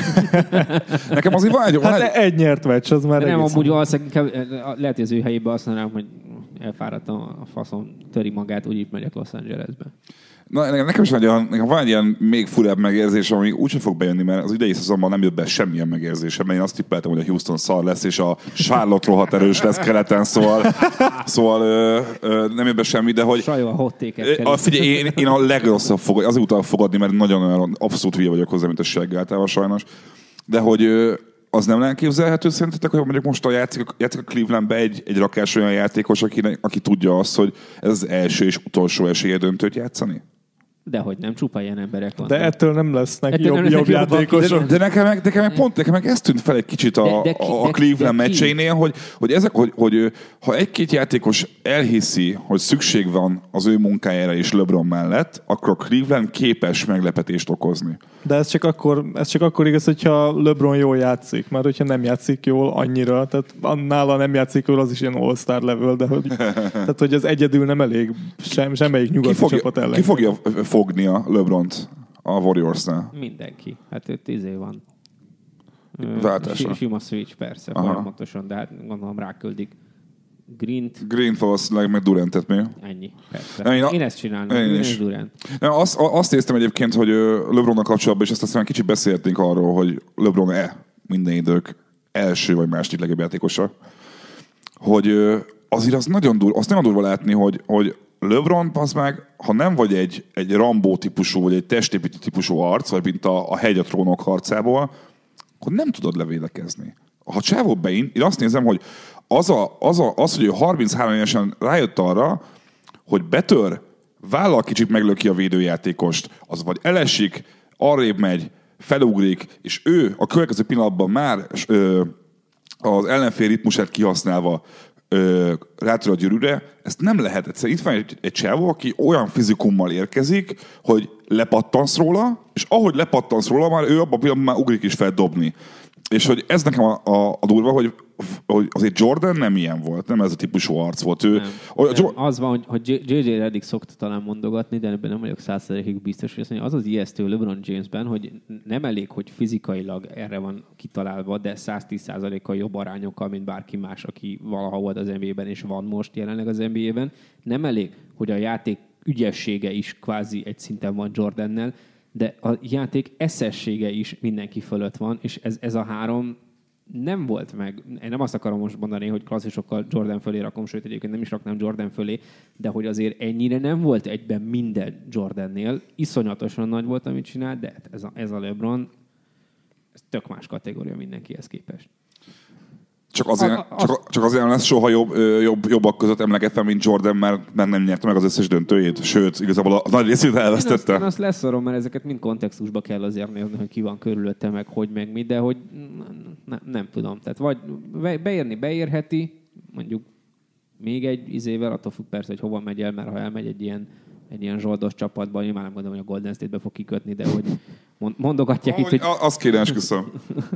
Nekem azért van egy... Hát egy nyert meccs, az már nem, amúgy valószínűleg lehet, hogy az ő helyében azt mondanám, hogy elfáradtam a faszon, töri magát, úgy itt megyek Los Angelesbe. Na, nekem is van, nekem van egy ilyen még furább megérzés, ami úgysem fog bejönni, mert az idei szezonban nem jött be semmilyen megérzésem, mert én azt tippeltem, hogy a Houston szar lesz, és a Charlotte rohadt erős lesz keleten, szóval, szóval ö, ö, nem jött be semmi, de hogy... Sajó a hottékekkel. A, figyelj, én, én a legrosszabb fogod, azért utána fogadni, mert nagyon olyan abszolút hülye vagyok hozzá, mint a seggáltával sajnos, de hogy ö, az nem elképzelhető szerintetek, hogy mondjuk most a játszik, játszik a Clevelandbe egy, egy rakás olyan játékos, aki, aki tudja azt, hogy ez az első és utolsó esélye döntőt játszani? Dehogy nem, csupa ilyen emberek vannak. De ettől nem lesznek ettől jobb, nem lesznek jobb játékosok. De, de, nekem meg, nekem meg pont nekem meg ez tűnt fel egy kicsit a, de, de ki, a Cleveland meccseinél, hogy, hogy ezek, hogy, hogy ha egy-két játékos elhiszi, hogy szükség van az ő munkájára és LeBron mellett, akkor a Cleveland képes meglepetést okozni. De ez csak akkor, ez csak akkor igaz, hogyha LeBron jól játszik, mert hogyha nem játszik jól annyira, tehát nála nem játszik jól, az is ilyen all-star level, de hogy, tehát, hogy az egyedül nem elég sem, semmelyik nyugati fogja, csapat ellen. Ki fogja fogni a LeBront a Warriorsnál? Mindenki. Hát ő tíz év van. Váltásra. Sima switch, persze, Aha. folyamatosan, de hát gondolom ráküldik Green-t. Green valószínűleg meg Durantet mi? Ennyi, persze. Én, Én, a... én ezt csinálnám, én Green is. és Durant. Azt, azt néztem egyébként, hogy LeBronnal kapcsolatban, és azt aztán kicsit beszéltünk arról, hogy LeBron-e minden idők első vagy második legjobb játékosa, hogy azért az nagyon durva, azt nagyon durva látni, hogy, hogy LeBron, az meg, ha nem vagy egy, egy Rambo típusú, vagy egy testépítő típusú arc, vagy mint a, a hegy a trónok harcából, akkor nem tudod levédekezni. Ha csávó bein, én azt nézem, hogy az, a, az, a, az, hogy ő harminchárom évesen rájött arra, hogy betör, vállal kicsit meglöki a védőjátékost, az vagy elesik, arrébb megy, felugrik, és ő a következő pillanatban már ö, az ellenfél ritmusát kihasználva ö, rátör a gyűrűre, ezt nem lehet. Egyszerűen itt van egy, egy csávó, aki olyan fizikummal érkezik, hogy lepattansz róla, és ahogy lepattansz róla, már ő abban a pillanatban már ugrik is fel dobni. És hogy ez nekem a, a, a durva, hogy, hogy azért Jordan nem ilyen volt, nem ez a típusú arc volt. Ő, Nem. a, a, Nem. Az van, hogy, hogy jé jé Redick szokta talán mondogatni, de ebben nem vagyok száz százalékig biztos, hogy azt mondja, az az ijesztő LeBron Jamesben, hogy nem elég, hogy fizikailag erre van kitalálva, de száz tíz százalékkal jobb arányokkal, mint bárki más, aki valaha volt az en bé á-ben, és van most jelenleg az en bé á-ben. Nem elég, hogy a játék ügyessége is kvázi egy szinten van Jordannel, de a játék eszessége is mindenki fölött van, és ez, ez a három nem volt meg. Én nem azt akarom most mondani, hogy klasszisokkal Jordan fölé rakom, sőt egyébként nem is raknám Jordan fölé, de hogy azért ennyire nem volt egyben minden Jordannél. Iszonyatosan nagy volt, amit csinált, de ez a, ez a LeBron, ez tök más kategória mindenkihez képest. Csak azért, A- a- csak, csak azért nem lesz soha jobb, jobb, jobbak között emlegetve, mint Jordan, mert nem nyerte meg az összes döntőjét. Sőt, igazából a nagy részét Én azt, elvesztette. én azt leszorom, mert ezeket mind kontextusba kell azért nézni, hogy ki van körülötte, meg hogy, meg mi, de hogy nem, nem tudom. Tehát vagy beérni beérheti, mondjuk még egy izével, attól függ persze, hogy hova megy el, mert ha elmegy egy ilyen, egy ilyen zsoldos csapatba, én már nem gondolom, hogy a Golden State-be fog kikötni, de hogy, mondogatják oh, itt, hogy... Azt kéne, esküszöm.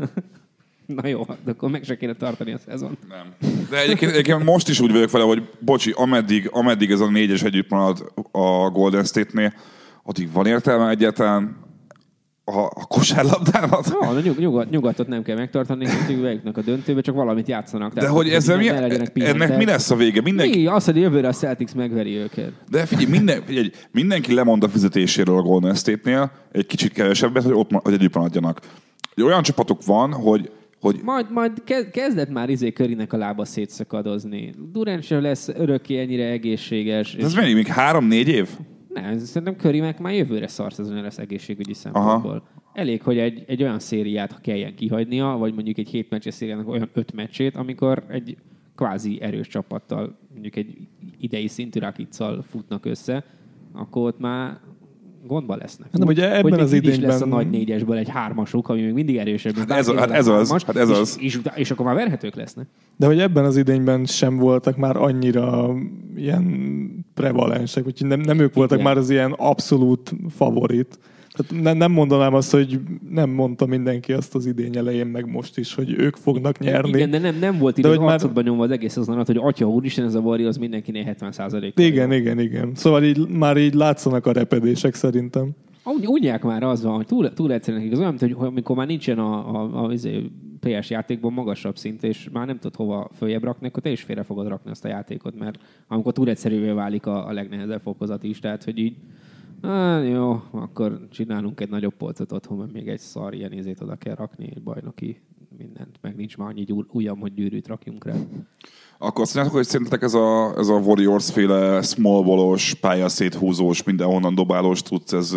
Na jó, de akkor meg se kéne tartani a szezon. Nem. De egyébként, egyébként most is úgy vagyok vele, hogy bocsi, ameddig, ameddig ez a négyes együtt marad a Golden State-nél, addig van értelme egyáltalán a, a kosárlabdának. No, a nyug, nyugat, nyugatot nem kell megtartani, hogy bejutnak a döntőbe, csak valamit játszanak. De hogy ezzel mi, ennek mi lesz a vége? Mindenki... Mi? Az, hogy jövőre a Celtics megveri őket. De figyelj, minden, figyelj, mindenki lemond a fizetéséről a Golden State-nél, egy kicsit kevesebbet, hogy ott hogy együtt maradjanak. Olyan csapatok van, hogy Hogy... Majd, majd kezdett már izé Currynek a lába szétszakadozni. Durant sem lesz örökké ennyire egészséges. Ez és... mennyi? Még három-négy év? Nem, szerintem Curry meg már jövőre szarszezonja lesz egészségügyi szempontból. Aha. Elég, hogy egy, egy olyan szériát kelljen kihagynia, vagy mondjuk egy hét meccses szériának olyan öt meccsét, amikor egy kvázi erős csapattal, mondjuk egy idei szintű Rakiccal futnak össze, akkor ott már gondba lesznek. Hát, ugye ebben hogy az idényben... lesz a nagy négyesből egy hármasuk, ami még mindig erősebb. Hát ez, hát ez az. Hát ez az. És, és, és akkor már verhetők lesznek. De hogy ebben az idényben sem voltak már annyira ilyen prevalensek, úgyhogy nem, nem ők voltak igen. már az ilyen abszolút favorit. Tehát ne, nem mondanám azt, hogy nem mondta mindenki azt az idény elején, meg most is, hogy ők fognak nyerni. Igen, de nem, nem volt így az arcodban nyomva az egész azon, hogy atya úristen, ez a Warriors mindenkinél hetven százalék. Igen, igen, igen. Szóval így, már így látszanak a repedések szerintem. Úgy, unják már az van, hogy túl, túl egyszerűen igaz, olyan, mint, hogy amikor már nincsen a, a, a, a pé es játékban magasabb szint, és már nem tudod hova följebb rakni, akkor te is félre fogod rakni azt a játékot, mert amikor túl egyszerűvé válik a, a legnehezebb fokozat is, tehát hogy így ah, jó, akkor csinálunk egy nagyobb polcot otthon, mert még egy szar ilyen ízét oda kell rakni, egy bajnoki mindent, meg nincs már annyi gyúr, ujjam, hogy gyűrűt rakjunk rá. Akkor azt mondjátok, hogy szerintetek ez a, ez a Warriors-féle small ballos, pályaszéthúzós, mindenhonnan dobálós tudsz, ez,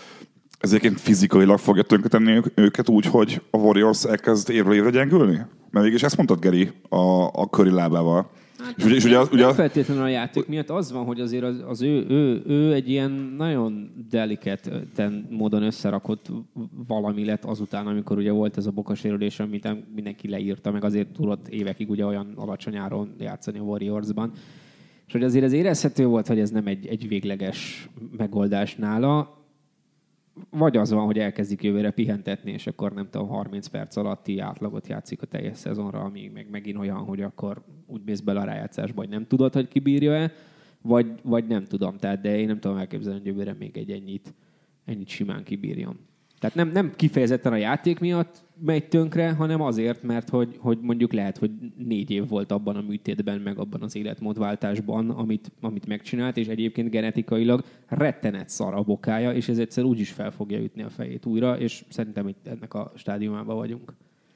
ez egyébként fizikailag fogja tönkretenni őket úgy, hogy a Warriors elkezd évről évre gyengülni? Mert mégis ezt mondtad, Geri, a, a Curry lábával. Hát és ugye, és ugye, nem ugye, feltétlenül a játék miatt az van, hogy azért az, az ő, ő, ő egy ilyen nagyon delicaten módon összerakott valami lett azután, amikor ugye volt ez a bokasérülés, amit mindenki leírta, meg azért tudott évekig ugye olyan alacsony áron játszani a Warriorsban. És hogy azért ez érezhető volt, hogy ez nem egy, egy végleges megoldás nála. Vagy az van, hogy elkezdik jövőre pihentetni, és akkor nem tudom, harminc perc alatti átlagot játszik a teljes szezonra, ami meg megint olyan, hogy akkor úgy mész bele a rájátszásba, hogy nem tudod, hogy kibírja-e, vagy, vagy nem tudom. Tehát, de én nem tudom elképzelni, hogy jövőre még egy ennyit, ennyit simán kibírjon. Tehát nem, nem kifejezetten a játék miatt megy tönkre, hanem azért, mert hogy, hogy mondjuk lehet, hogy négy év volt abban a műtétben, meg abban az életmódváltásban, amit, amit megcsinált, és egyébként genetikailag rettenet szar a bokája, és ez egyszer úgyis fel fogja ütni a fejét újra, és szerintem itt ennek a stádiumában vagyunk.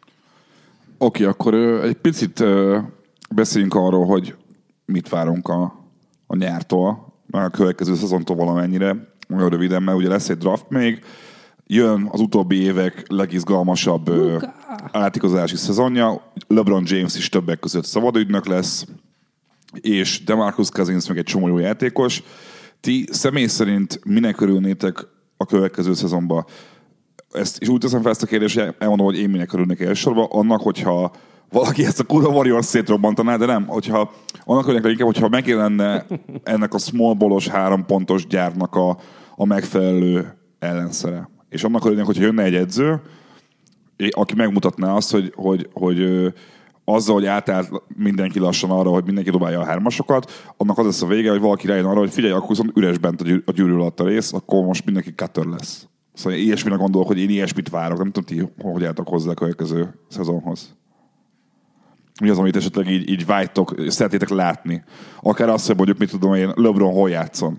Oké, okay, akkor egy picit beszéljünk arról, hogy mit várunk a, a nyártól, a következő szezontól valamennyire, olyan röviden, mert ugye lesz egy draft még, jön az utóbbi évek legizgalmasabb ö, átikozási szezonja. LeBron James is többek között szabadügynök lesz, és DeMarcus Cousins meg egy csomó jó játékos. Ti személy szerint minek örülnétek a következő szezonban? Ezt is úgy teszem fel ezt a kérdést, hogy elmondom, hogy én minek örülnék elsősorban. Annak, hogyha valaki ezt a kurva Warriors szétrobbantaná, de nem, hogyha annak örülnék leginkább, hogyha megjelenne ennek a small ballos három pontos gyárnak a, a megfelelő ellenszere. És annak örülnék, hogyha jönne egy edző, aki megmutatná azt, hogy, hogy, hogy azzal, hogy átállt mindenki lassan arra, hogy mindenki dobálja a hármasokat, annak az lesz a vége, hogy valaki rájön arra, hogy figyelj, akkor viszont üres bent a gyűrű alatt a rész, akkor most mindenki cutter lesz. Szóval ilyesmire gondolok, hogy én ilyesmit várok. Nem tudom, ti hogy álltok hozzá a következő szezonhoz. Mi az, amit esetleg így, így vágytok, szeretnétek látni? Akár azt, hogy mondjuk, mit tudom én, LeBron hol játszon?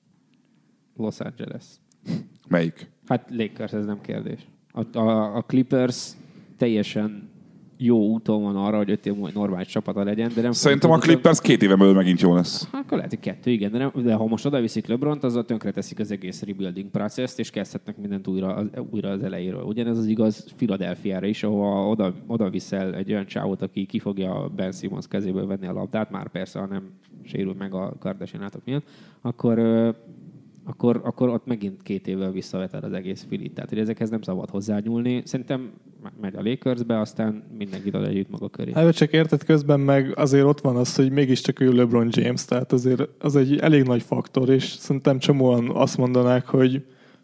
Los Angeles. Melyik? Hát Lakers, ez nem kérdés. A, a, a Clippers teljesen jó úton van arra, hogy öt év múlva normális csapata legyen, de nem... Szerintem a Clippers két éven belül megint jó lesz. Hát akkor lehet, hogy kettő, igen, de, nem, de ha most odaviszik LeBront, azzal tönkreteszik az egész rebuilding process-t, és kezdhetnek mindent újra az, újra az elejéről. Ugyanez az igaz Philadelphiára is, ahol oda, oda viszel egy olyan csávot, aki ki fogja Ben Simmons kezéből venni a labdát, már persze, ha nem sérül meg a Kardashian-átok miatt, akkor... Akkor, akkor ott megint két évvel visszaveted az egész Filit. Tehát, hogy ezekhez nem szabad hozzányúlni. Szerintem megy a Lakersbe, aztán mindenki oda együtt maga köré. Hát csak érted, közben meg azért ott van az, hogy mégiscsak ő LeBron James, tehát azért az egy elég nagy faktor, és szerintem csomóan azt mondanák, hogy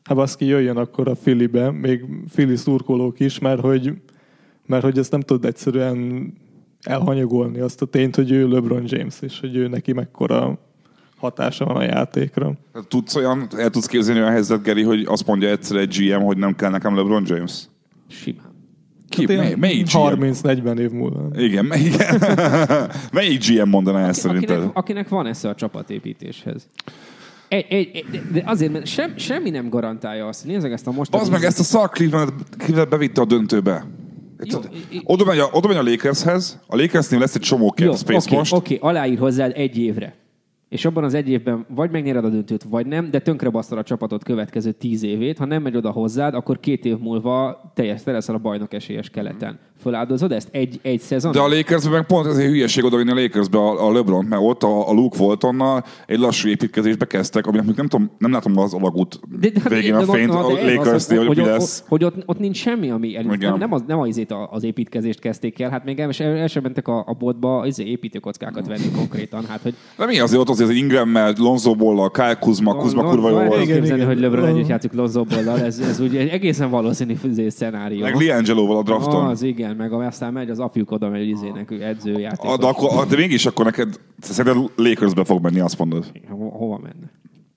hát baszki, jöjjön akkor a Phillybe, még Philly szurkolók is, mert hogy, mert hogy ezt nem tudod egyszerűen elhanyagolni azt a tényt, hogy ő LeBron James, és hogy ő neki mekkora hatása van a játékra. Tudsz olyan, el tudsz képzelni olyan helyzet, Geri, hogy azt mondja egyszer egy gé em, hogy nem kell nekem LeBron James? Simán. Ki? Hát mely, melyik harminc-negyven év múlva. Igen, igen. Melyik gé em mondaná ezt szerinted? Akinek, akinek van esze a csapatépítéshez. Egy, egy, egy, de azért, mert sem, semmi nem garantálja azt. Nézzük ezt a most... Bazd meg, ezt a szar Cleveland bevitte a döntőbe. Jó, oda, megy a, oda megy a Lakershez, a Lakersnél lesz egy csomó cap space okay, most. Oké, okay, aláír hozzád egy évre. És abban az egy évben vagy megnyered a döntőt, vagy nem, de tönkre basztad a csapatot következő tíz évét. Ha nem megy oda hozzád, akkor két év múlva teljes te leszel a bajnok esélyes keleten. Föláldozod ezt egy, egy szezon? De a Lakersben meg pont ezért hülyeség odavinni a Lakersbe a, a LeBron, mert ott a, a Luke Waltonnal egy lassú építkezésbe kezdtek, aminek nem tudom, nem látom az alagút de, de, végén de, de, a fényt a Lakersnél, hogy, hogy mi lesz. Hogy ott, ott nincs semmi, ami el, nem, nem, az, nem az, az építkezést kezdték el, hát még el, el sem mentek a, a boltba az építőkockákat venni konkrétan. Hát, hogy... De mi azért ott azért Ingrammel, Lonzo Ball-al, Kyle Kuzma, Kuzma kurva jó volt. Elképzelni, hogy LeBron együtt játszik Lonzo Ball-al, ez, ez ugye egy egészen valószínű szenárió. Meg Liangelo-val a drafton. Az igen, meg aztán megy az apjuk oda, megy izének edzőjátékos. De, akkor, de mégis akkor neked szerinted Lakersbe fog menni, azt mondod. Ho- hova menne?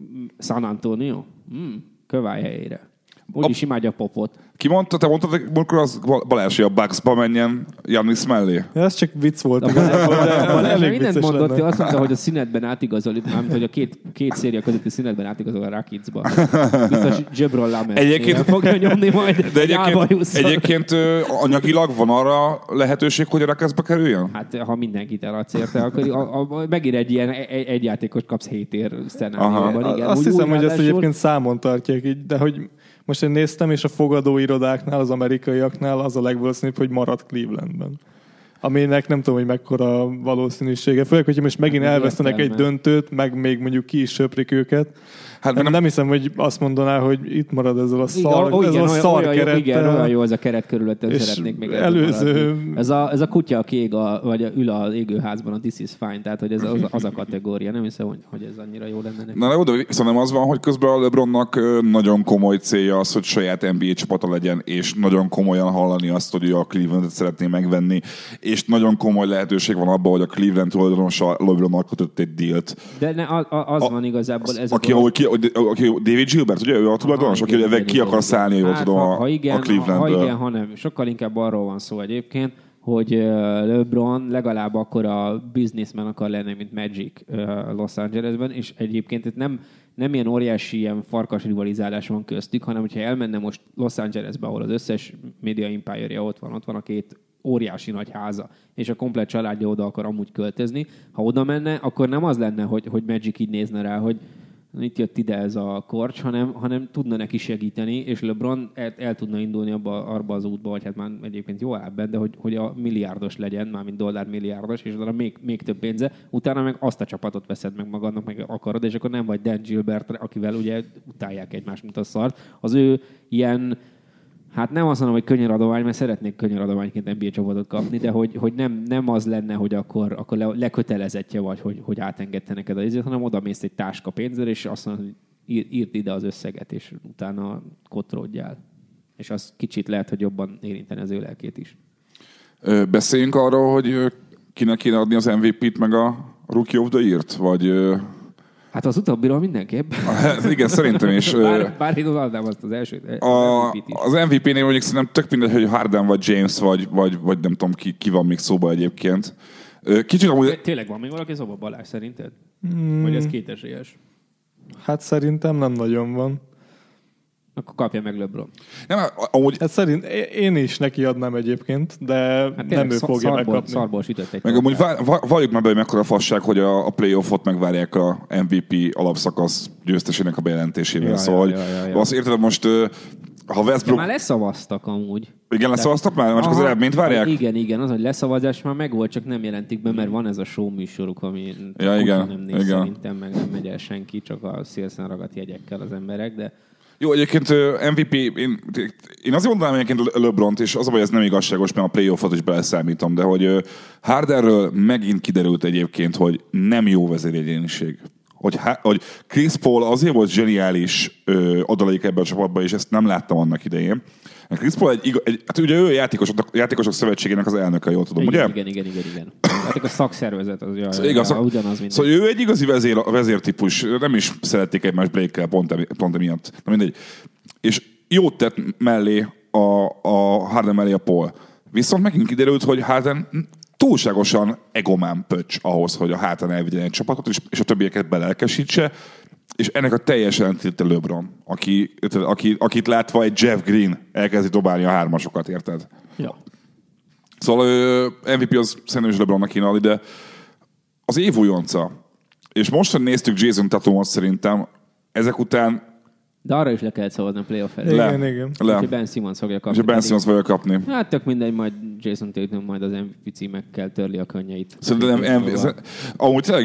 San Antonio? Hmm, Kövály helyére. Úgyis imádja a popot. Ki mondta? Te mondtad, hogy amikor az Balázs, hogy a Bucksba menjen Giannis mellé? Ja, ez csak vicc volt. A Balázs mindent mondott, azt mondta, hogy a szünetben átigazol, mármint, hogy a két, két széria közötti szünetben átigazol a Rakicba. Biztos Jebron Lamet egyébként fogja nyomni majd. De egyébként, egyébként anyagilag van arra lehetőség, hogy a Rakicba kerüljön? Hát ha mindenkit eladsz érte, akkor a, a, megint egy ilyen egy, egy játékos kapsz hét ér szenárióban. Igen, azt úgy, hiszem, úgy hogy ezt egyébként számon tartják így, de hogy most én néztem, és a fogadóirodáknál, az amerikaiaknál az a legvalószínűbb, hogy marad Clevelandben. Aminek nem tudom, hogy mekkora valószínűsége. Főleg, hogyha most megint hát, elvesztenek egy döntőt, meg még mondjuk ki is söprik őket. Hát nem, nem hiszem, hogy azt mondaná, hogy itt marad ezzel a szar, igen, ezzel a szar olyan, kerettel. Igen, olyan jó ez a keret körülöttem, szeretnék még előző... Ez a, ez a kutya, aki ég a, vagy ül az égőházban, a This is Fine, tehát hogy ez az, az a kategória. Nem hiszem, hogy, hogy ez annyira jó lenne neki. Na, de viszont az van, hogy közben a LeBronnak nagyon komoly célja az, hogy saját en bé á csapata legyen, és nagyon komolyan hallani azt, hogy a Clevelandet szeretné megvenni, és nagyon komoly lehetőség van abban, hogy a Cleveland tulajdonosa LeBronnak kötött egy dealt. De ne, az a, van igazából... Ez aki, ahogy ki, aki David Gilbert, ugye ő a tulajdonos, aki igen, ki akar szállni, jól hát, tudom, ha, ha igen, a Clevelandből. Ha igen, ha nem. Sokkal inkább arról van szó egyébként, hogy LeBron legalább akkor a businessman akar lenni, mint Magic Los Angelesben, és egyébként itt nem, nem ilyen óriási ilyen farkas rivalizálás van köztük, hanem hogyha elmenne most Los Angelesbe, ahol az összes media empire-ja ott van, ott van a két óriási nagy háza, és a komplet családja oda akar amúgy költözni. Ha oda menne, akkor nem az lenne, hogy, hogy Magic így nézne rá, hogy itt jött ide ez a korcs, hanem, hanem tudna neki segíteni, és LeBron el, el tudna indulni abba, abba az útba, vagy hát már egyébként jó áll benne, hogy, hogy a milliárdos legyen, mármint dollár milliárdos, és utána még, még több pénze, utána meg azt a csapatot veszed meg magadnak, meg akarod, és akkor nem vagy Dan Gilbert, akivel ugye utálják egymást, mint a szart. Az ő ilyen, hát nem azt mondom, hogy könyöradomány, mert szeretnék könyöradományként en bé á csapatot kapni, de hogy, hogy nem, nem az lenne, hogy akkor, akkor le, lekötelezettje vagy, hogy, hogy átengedte neked az izét, hanem oda mész egy táska pénzzel, és azt mondod, hogy ír, írd ide az összeget, és utána kotródjál. És az kicsit lehet, hogy jobban érinteni az ő lelkét is. Beszéljünk arról, hogy kinek kéne adni az em vé pét meg a Rookie of the Year-t, vagy... Hát az utóbbiról mindenképp. Igen, szerintem is. Bár, bár én adnám azt az elsőt. A, az em vé pénél mondjuk szerintem tök mindegy, hogy Harden vagy James, vagy, vagy, vagy nem tudom ki, ki van még szóba egyébként. Kicsit amúgy... Tényleg van még valaki szóba, Balázs, szerinted? Hmm. Vagy ez kétesélyes? Hát szerintem nem nagyon van. Akkor kapja meg LeBron. Nem, amúgy... Hát szerint én is neki adnám egyébként, de hát nem ő fogja szarból, megkapni. Szarból sütött egy meg amúgy valljuk már be, hogy mekkora fasság, hogy a, a playoffot megvárják a em vé pé alapszakasz győztesének a bejelentésével. Ja, szóval, ja, ja, ja. Azt érted, most ha Westbrook... De már leszavaztak amúgy. Igen, leszavaztak már? Már csak az eredményt várják? Igen, igen, az, hogy leszavazás már megvolt, csak nem jelentik be, mert van ez a show műsoruk, ami ja, igen, nem néz igen. Szerintem, meg nem megy el senki, csak a szélszen ragadt jegyekkel az emberek, de jó, egyébként em vé pé, én, én azért mondanám egyébként LeBront, és az a baj, ez nem igazságos, mert a playoffot is beleszámítom, de hogy Hardenről megint kiderült egyébként, hogy nem jó vezéregyéniség. hogy, hogy Chris Paul azért volt zseniális adalék ebben a csapatban, és ezt nem láttam annak idején. Chris Paul egy, egy hát ugye ő a játékosok, játékosok szövetségének az elnöke, jól tudom, igen, ugye? Igen, igen, igen, igen. Hát a szakszervezet az szóval, igen, szak... ugyanaz, mint... Szóval ő egy igazi vezér, vezértípus, nem is szerették egymást Blake-kel pont, pont emiatt. Na mindegy. És jót tett mellé a, a Harden mellé a Paul. Viszont megint kiderült, hogy Harden túlságosan egomán pöcs ahhoz, hogy a hátán elvigyen egy csapatot, és, és a többieket belelkesítse, és ennek a teljes ellentéte LeBron, aki, aki, akit látva egy Jeff Green elkezdi dobálni a hármasokat, érted? Ja. Szóval em vé pé az szerintem is LeBronnak kéne adni, de az év újonca, és most, hogy néztük Jason Tatumot szerintem, ezek után de arra is le kellett szavazni a playoff elé. Igen, le. igen. Le. Úgyhogy Ben Simmons fogja kapni. És Ben Simmons fogja kapni. Hát tök mindegy, majd Jason Tatum majd az em vé pé címekkel törli a könnyeit. Szerintem em vé pé... Amúgy tényleg,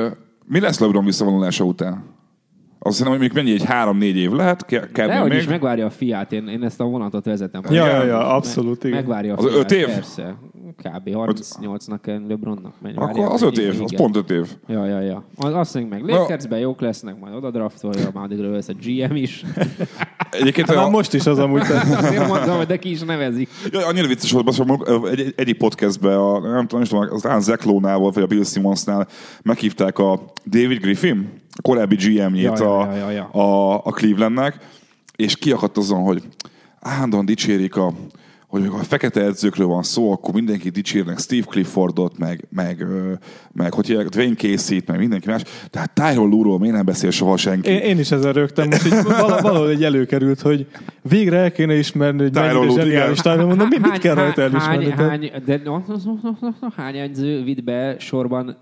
mi lesz LeBron visszavonulása után? Azt hiszem, hogy még mennyi, egy három-négy év lehet, kell még. még. is megvárja a fiát, én, én ezt a vonatot vezetem. Ja, ja, ja, abszolút, igen. Megvárja a az fiát, öt év? Persze. Kb. harmincnyolcnak kell LeBronnak. Akkor az öt év, az pont öt év. Ja, ja, ja. Azt mondjuk meg, Lakersben jók lesznek, majd oda draftolja, már addigra lesz a gé em is. Egyébként hát a... most is az amúgy. Azért mondtam, hogy de ki is nevezik. Ja, annyira vicces volt, hogy egy, egy, egyik podcastben, a, nem tudom, nem tudom, az Zach Lowe-nál, vagy a Bill Simmonsnál meghívták a David Griffin, a korábbi gé em-jét ja, a, ja, ja, ja. a, a Clevelandnek, és kiakadt azon, hogy állandóan dicsérik a hogy ha a fekete edzőkről van szó, akkor mindenki dicsérnek Steve Cliffordot, meg, meg, meg hogy hívják, Dwayne Casey-t, meg mindenki más. Tehát Tyronn Lue-ról miért nem beszél soha senki? Én, én is ezzel rögtem. Most így valahol egy előkerült, hogy végre el kéne ismerni, hogy mennyire zseniális Tyronn, mondom, mit hány, kell rajta elismerni? Hány, hány, de no, no, no, no, no, hány edző vitt be sorban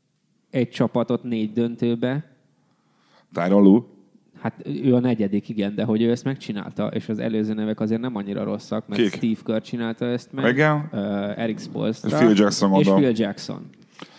egy csapatot négy döntőbe? Tyronn Lue? Hát ő a negyedik, igen, de hogy ő ezt megcsinálta, és az előző nevek azért nem annyira rosszak, mert Kik? Steve Kerr csinálta ezt meg, igen? Uh, Eric Spoelstra, és Phil Jackson, és Phil Jackson.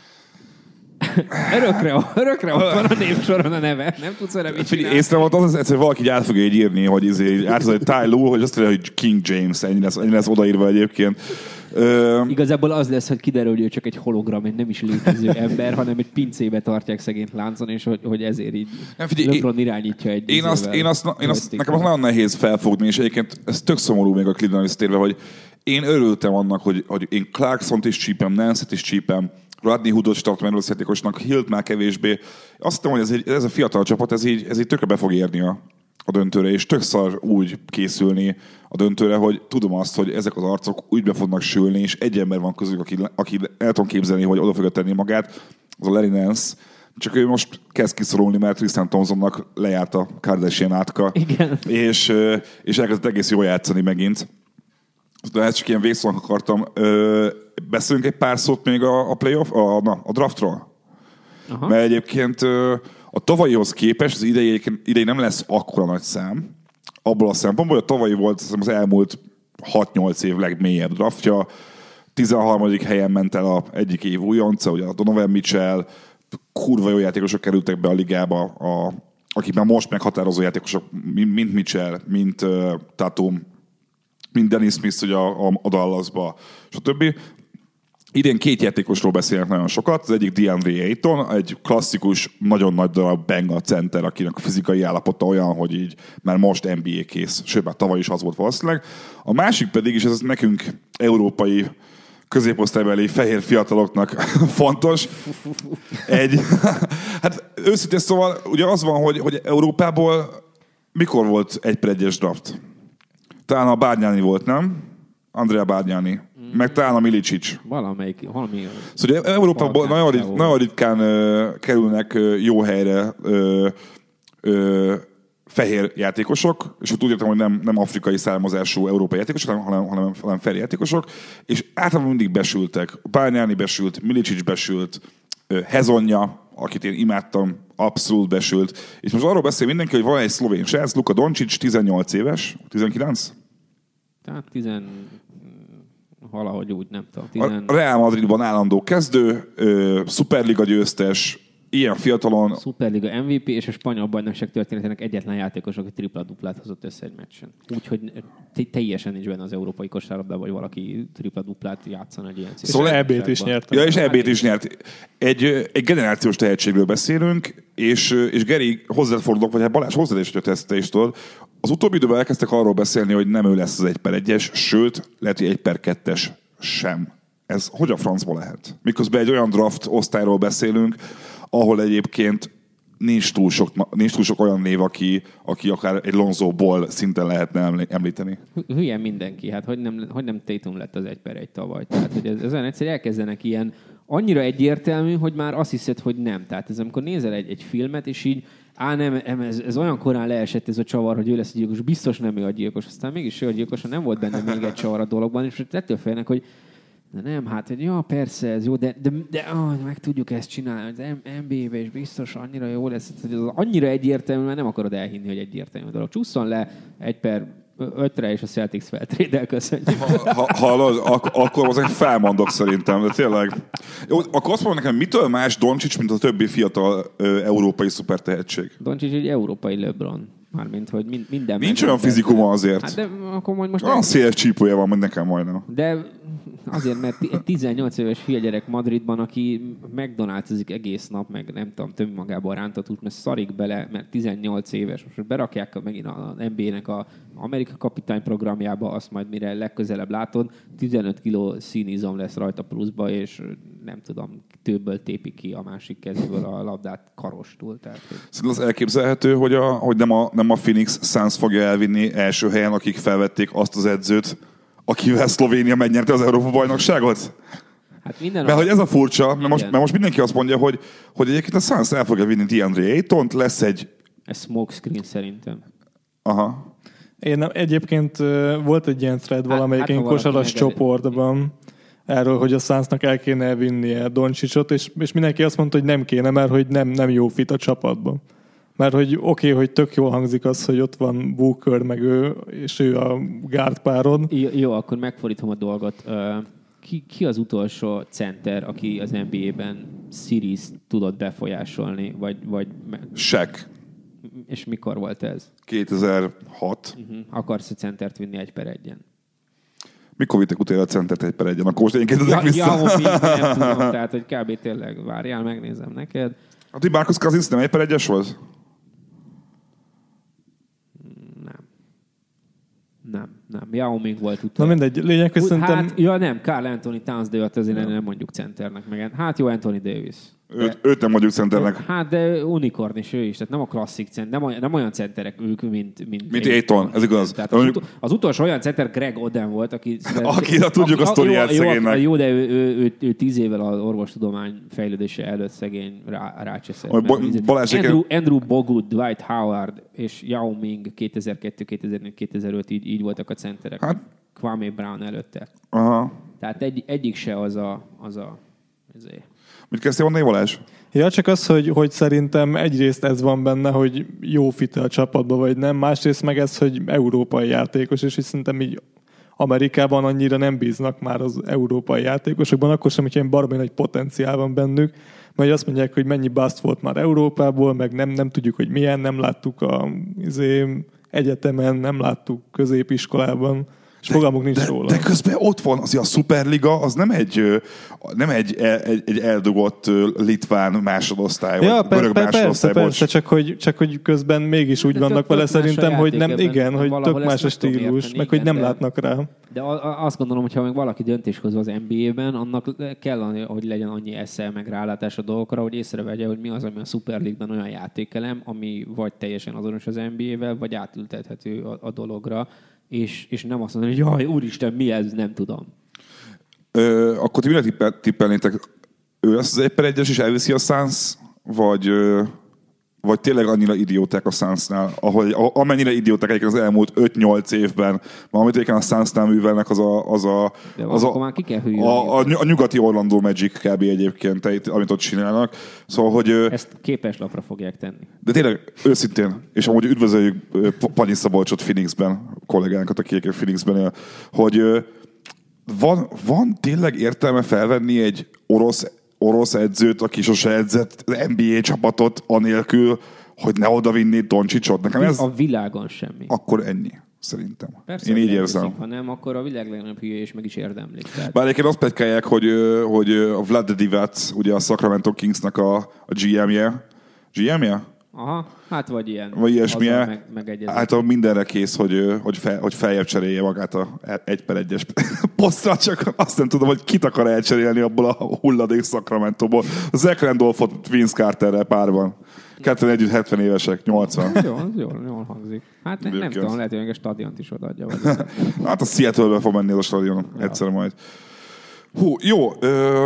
örökre, örökre ott van a névsoron a neve, nem tudsz vele mit csinálni. Észre volt az, az egyszer valaki így át fogja így írni, hogy izé, átadja, hogy Ty Lue, hogy azt mondja, hogy King James, ennyi lesz, ennyi lesz odaírva egyébként. Ö... Igazából az lesz, hogy kiderül, hogy ő csak egy hologram, egy nem is létező ember, hanem egy pincébe tartják szegényt láncon, és hogy, hogy ezért így LeBron irányítja egy én azt, én azt, én azt, nekem az nagyon nehéz felfogni, és egyébként ez tök szomorú még a Cleveland visszatérve, hogy én örültem annak, hogy, hogy én Clarksont is csípem, Nance-et is csípem, Rodney Hoodot is tartom erről játékosnak, Hillt már kevésbé. Azt hittem, hogy ez, egy, ez a fiatal csapat, ez így, ez így tökre be fog érni a, a döntőre, és tök szar úgy készülni a döntőre, hogy tudom azt, hogy ezek az arcok úgy be fognak sülni, és egy ember van közük, aki, aki el tudom képzelni, hogy oda fogja tenni magát, az a Larry Nance. Csak ő most kezd kiszorulni, mert Tristan Thompsonnak lejárt a Kardashian átka, igen. És, és elkezdett egész jól játszani megint. De ezt csak ilyen végszónak akartam. Beszélünk egy pár szót még a, a playoff, a, na, a draftról. Aha. Mert egyébként a tavalyihoz képest az idei, idei nem lesz akkora nagy szám. Abból a szempontból, hogy a tavalyi volt az elmúlt hat-nyolc év legmélyebb draftja. tizenharmadik helyen ment el a egyik év újonca, ugye a Donovan Mitchell, kurva jó játékosok kerültek be a ligába, a, akik már most meghatározó játékosok, mint Mitchell, mint uh, Tatum, mint Dennis Smith ugye a, a, a Dallasba, stb. Idén két játékosról beszélnek nagyon sokat. Az egyik DeAndre Ayton, egy klasszikus, nagyon nagy darab Benga center, akinek a fizikai állapota olyan, hogy így már most en bé á kész. Sőt, már tavaly is az volt valószínűleg. A másik pedig, és ez nekünk európai középosztálybeli fehér fiataloknak fontos. Egy, hát őszintén szóval ugye az van, hogy, hogy Európából mikor volt egy per egyes draft? Talán a Bargnani volt, nem? Andrea Bargnani. Mm. Meg talán a Milicic. Valamelyik, valami... Szóval Európában nagyon, rit, nagyon ritkán uh, kerülnek uh, jó helyre uh, uh, fehér játékosok, és ott úgy értem, hogy nem, nem afrikai származású európai játékosok, hanem, hanem, hanem fehér játékosok, és általában mindig besültek. Bargnani besült, Milicic besült, uh, Hezonja, akit én imádtam, abszolút besült. És most arról beszél mindenki, hogy van egy szlovén srác, Luka Doncic, tizennyolc éves, tizenkilenc? Tehát tizen... valahogy úgy, nem tudom. Tizen... A Real Madridban állandó kezdő, ö, szuperliga győztes, ilyen fiatalon... Superliga em vé pé és a spanyol bajnokság történetének egyetlen játékos, aki tripla-duplát hozott össze egy meccsen. Úgyhogy teljesen nincs benne az európai kosárlabdában, vagy valaki tripla-duplát játszan egy ilyen színű. Szóval é bét is nyert. Ja, és é bét is nyert. Egy, egy generációs tehetségről beszélünk, és, és Geri, hozzáfordulok, vagy hát Balázs hozzád is, hogy te ezt te is tudod. Az utóbbi időben elkezdtek arról beszélni, hogy nem ő lesz az egy per egyes, sőt, lehet, hogy egy per kettes sem. Ez hogy a francba lehet? Miközben egy olyan draft osztályról beszélünk, ahol egyébként nincs túl sok, nincs túl sok olyan név, aki, aki akár egy Lonzo Ball szinten lehetne említeni. Hülyen mindenki, hát hogy nem, hogy nem Tatum lett az egy per egy tavaly. Tehát, hogy ez, ez olyan egyszerű, elkezdenek ilyen annyira egyértelmű, hogy már azt hiszed, hogy nem. Tehát ez amikor nézel egy, egy filmet, és így á, nem, ez, ez olyan korán leesett ez a csavar, hogy ő lesz a gyilkos, biztos nem ő a gyilkos. Aztán mégis ő a gyilkos, nem volt benne még egy csavar a dologban, és ettől félnek, hogy de nem, hát, hogy ja, persze, ez jó, de, de, de ah, meg tudjuk ezt csinálni, az en bé á-ben is biztos annyira jó lesz, hogy az annyira egyértelmű, mert nem akarod elhinni, hogy egyértelmű dolog. Csúszson le egy per ötre, és a Celtics feltrédel, köszönjük. Ha, ha, hallod, ak- akkor azért felmondok szerintem, de tényleg. Jó, akkor azt mondom nekem, mitől más Doncic, mint a többi fiatal ö, európai szupertehetség? Doncic egy európai LeBron. Mármint, hogy min- minden... Nincs olyan fizikuma azért. Hát de akkor majd most... Olyan széles csípője van, mint nekem majdnem. De azért, mert egy tizennyolc éves hülye gyerek Madridban, aki McDonald's-ezik egész nap, meg nem tudom, több magában rántott út, mert szarik bele, mert tizennyolc éves. Most berakják megint az en bé á-nek a Amerika kapitány programjába, azt majd mire legközelebb látod, tizenöt kiló színizom lesz rajta pluszba, és nem tudom, tőből tépik ki a másik kezéből a labdát karostul. Tehát, hogy... Szerintem az elképzelhető, hogy, a, hogy nem, a, nem a Phoenix Suns fogja elvinni első helyen, akik felvették azt az edzőt, akivel Szlovénia megnyerte az Európa-bajnokságot? Hát minden mert a... hogy ez a furcsa, mert most, mert most mindenki azt mondja, hogy, hogy egyébként a Suns el fogja vinni DeAndre Aytont, lesz egy... Ez smokescreen szerintem. Aha. Én egyébként volt egy ilyen thread valamelyik hát, kosaras csoportban, erről, hogy a Sunsnak el kéne elvinnie Doncicot, és, és mindenki azt mondta, hogy nem kéne, mert hogy nem, nem jó fit a csapatban. Mert hogy oké, okay, hogy tök jól hangzik az, hogy ott van Booker, meg ő, és ő a guard párod. Jó, jó, akkor megfordítom a dolgot. Ki, ki az utolsó center, aki az en bé á-ben series tudott befolyásolni? Vagy, vagy... Shaq. És mikor volt ez? kétezer-hat. Uh-huh. Akarsz a centert vinni egy per egyen? Mikor vittek utána a centert egy per egyen? Akkor most én kérdezek ja, vissza. Ja, nem tudom, tehát hogy kb. Tényleg várjál, megnézem neked. A ti Marcus Cousins nem egy per egyes volt? Nem. Nem, nem. Yao Ming volt utána. Na mindegy, lényeg, hogy szerintem... Hát, ja nem, Karl Anthony Towns, de ott azért nem mondjuk centernek meg. Hát jó, Anthony Davis. Őt, őt nem mondjuk centernek. Hát de unicorn is ő is, tehát nem a klasszik center, nem olyan, nem olyan centerek ők, mint... Mint, mint Ayton, ez igaz. Tehát az, utol, az utolsó olyan center Greg Oden volt, aki... Akire tudjuk aki, a sztoriát szegénynek. Jó, de ő, ő, ő, ő tíz évvel az orvostudomány fejlődése előtt szegény rá, rácseszett. Bo- Andrew, Andrew Bogut, Dwight Howard és Yao Ming kétezer-kettő, kétezer-négy, kétezer-öt így, így voltak a centerek. Hát, Kwame Brown előtte. Aha. Tehát egy, egyik se az a... Az a ezért. Mit kezdtél mondani, Balázs? Ja, csak az, hogy, hogy szerintem egyrészt ez van benne, hogy jó fit a csapatba, vagy nem. Másrészt meg ez, hogy európai játékos, és szerintem így Amerikában annyira nem bíznak már az európai játékosokban, akkor sem, hogy ilyen baromi nagy potenciál van bennük, mert azt mondják, hogy mennyi bust volt már Európából, meg nem, nem tudjuk, hogy milyen, nem láttuk a izé, egyetemen, nem láttuk középiskolában, és fogalmuk nincs de, róla. De közben ott van, az a Superliga, az nem egy, nem egy, egy, egy eldugott litván másodosztály, ja, vagy per, görög per, másodosztály. Persze, persze, csak hogy, csak hogy közben mégis úgy de vannak tök, vele tök szerintem, hogy nem, igen, hogy tök más a stílus, érteni, meg igen, hogy nem de, látnak rá. De azt gondolom, hogyha még valaki döntés hoz az en bé á-ben, annak kell, hogy legyen annyi esze, meg rálátás a dolgokra, hogy észrevegye, hogy mi az, ami a Superleague-ben olyan játékelem, ami vagy teljesen azonos az en bé á-vel, vagy átültethető a, a dologra. És, és nem azt mondani, hogy jaj, úristen, mi ez, nem tudom. Ö, akkor ti mire tippel, tippelnétek? Ő lesz az egy per egyes, és elviszi a Suns? Vagy, ö, vagy tényleg annyira idióták a Sunsnál, ahogy, amennyire idióták egyébként az elmúlt öt-nyolc évben, mert amit egyébként a Sunsnál művelnek, az a, az a, az a, már ki kell a, a, a nyugati Orlando Magic kb. Egyébként, amit ott csinálnak. Szóval, hogy... Ezt képeslapra fogják tenni. De tényleg, őszintén, és amúgy üdvözöljük Panyi Szabolcsot Phoenixben, kollégánkat, aki Phoenixben él, hogy van, van tényleg értelme felvenni egy orosz orosz edzőt, aki sose edzett az en bé á csapatot anélkül, hogy ne oda vinné Doncsicsot. Nekem ez... A világon semmi. Akkor ennyi, szerintem. Persze, én így érzem. Ha nem, akkor a világ legnagyobb hülye és meg is érdemlik. Tehát... Bár egyébként azt pletykálják, hogy, hogy a Vlad Divac, ugye a Sacramento Kingsnak a, a gé em-je. gé em-je? Aha, hát vagy ilyen. Vagy ilyesmilyen. Meg, meg hát mindenre kész, hogy, hogy, fel, hogy feljebb cserélje magát a egy per egyes posztra, csak azt nem tudom, hogy kit akar elcserélni abból a hulladék Sacramentóból. Zach Randolphot Vince Carterrel párban. Ketten együtt hetven évesek, nyolcvan. Jól, jól, jól hangzik. Hát nem, nem tudom, lehet, hogy a stadiont is odaadja. Hát a Seattle-be fog menni az a stadion ja. egyszer majd. Hú, jó. Ö,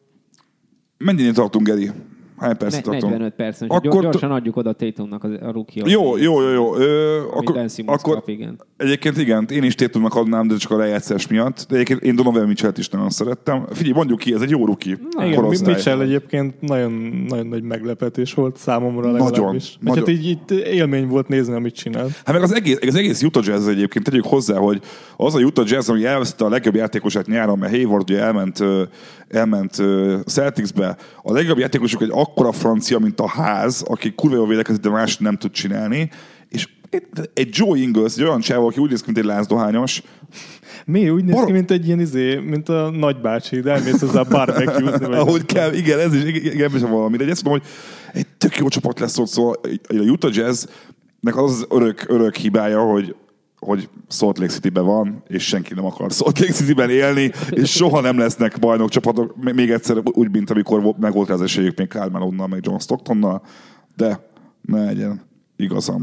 mennyire tartunk, Geri? Hány percet ne, tartunk? negyvenöt perc. Akkor gyorsan adjuk oda Tatumnak a, a rookie. Jó, jó, jó. jó. Ö, akkor, akkor kap, igen. Egyébként igen, én is Tatumnak adnám, de csak a lejátszás miatt. De egyébként én Donovan Mitchellt is nagyon szerettem. Figyelj, mondjuk ki, ez egy jó rookie. Na, igen, Mitchell egyébként nagyon, nagyon nagy meglepetés volt számomra legalábbis. Nagyon. Hát így, így élmény volt nézni, amit csinál. Hát meg az egész, az egész Utah Jazz egyébként, tegyük hozzá, hogy az a Utah Jazz, ami elvesztette a legjobb játékosát nyáron, mert Hayward ugye elment, elment Celticsbe. A legjobb játékosuk egy akkora francia, mint a ház, aki kurva jól védekezik, de más nem tud csinálni. És egy Joe Ingles, egy olyan csáv, aki úgy néz ki, mint egy lázdohányos. Mi? Úgy néz Bar- ki, mint egy ilyen izé, mint a nagybácsi, de elmész hozzá barbecue-zni. Ahogy kell, igen, ez is, igen, is valami. De ezt mondom, hogy egy tök jó csapat lesz ott, szóval a Utah Jazznek az az örök, örök hibája, hogy hogy Salt Lake City-ben van, és senki nem akar Salt Lake City-ben élni, és soha nem lesznek bajnok csapatok, még egyszer úgy, mint amikor meg volt az esélyük még Karl Malone-nal, meg John Stocktonnal, de ne legyen igazam.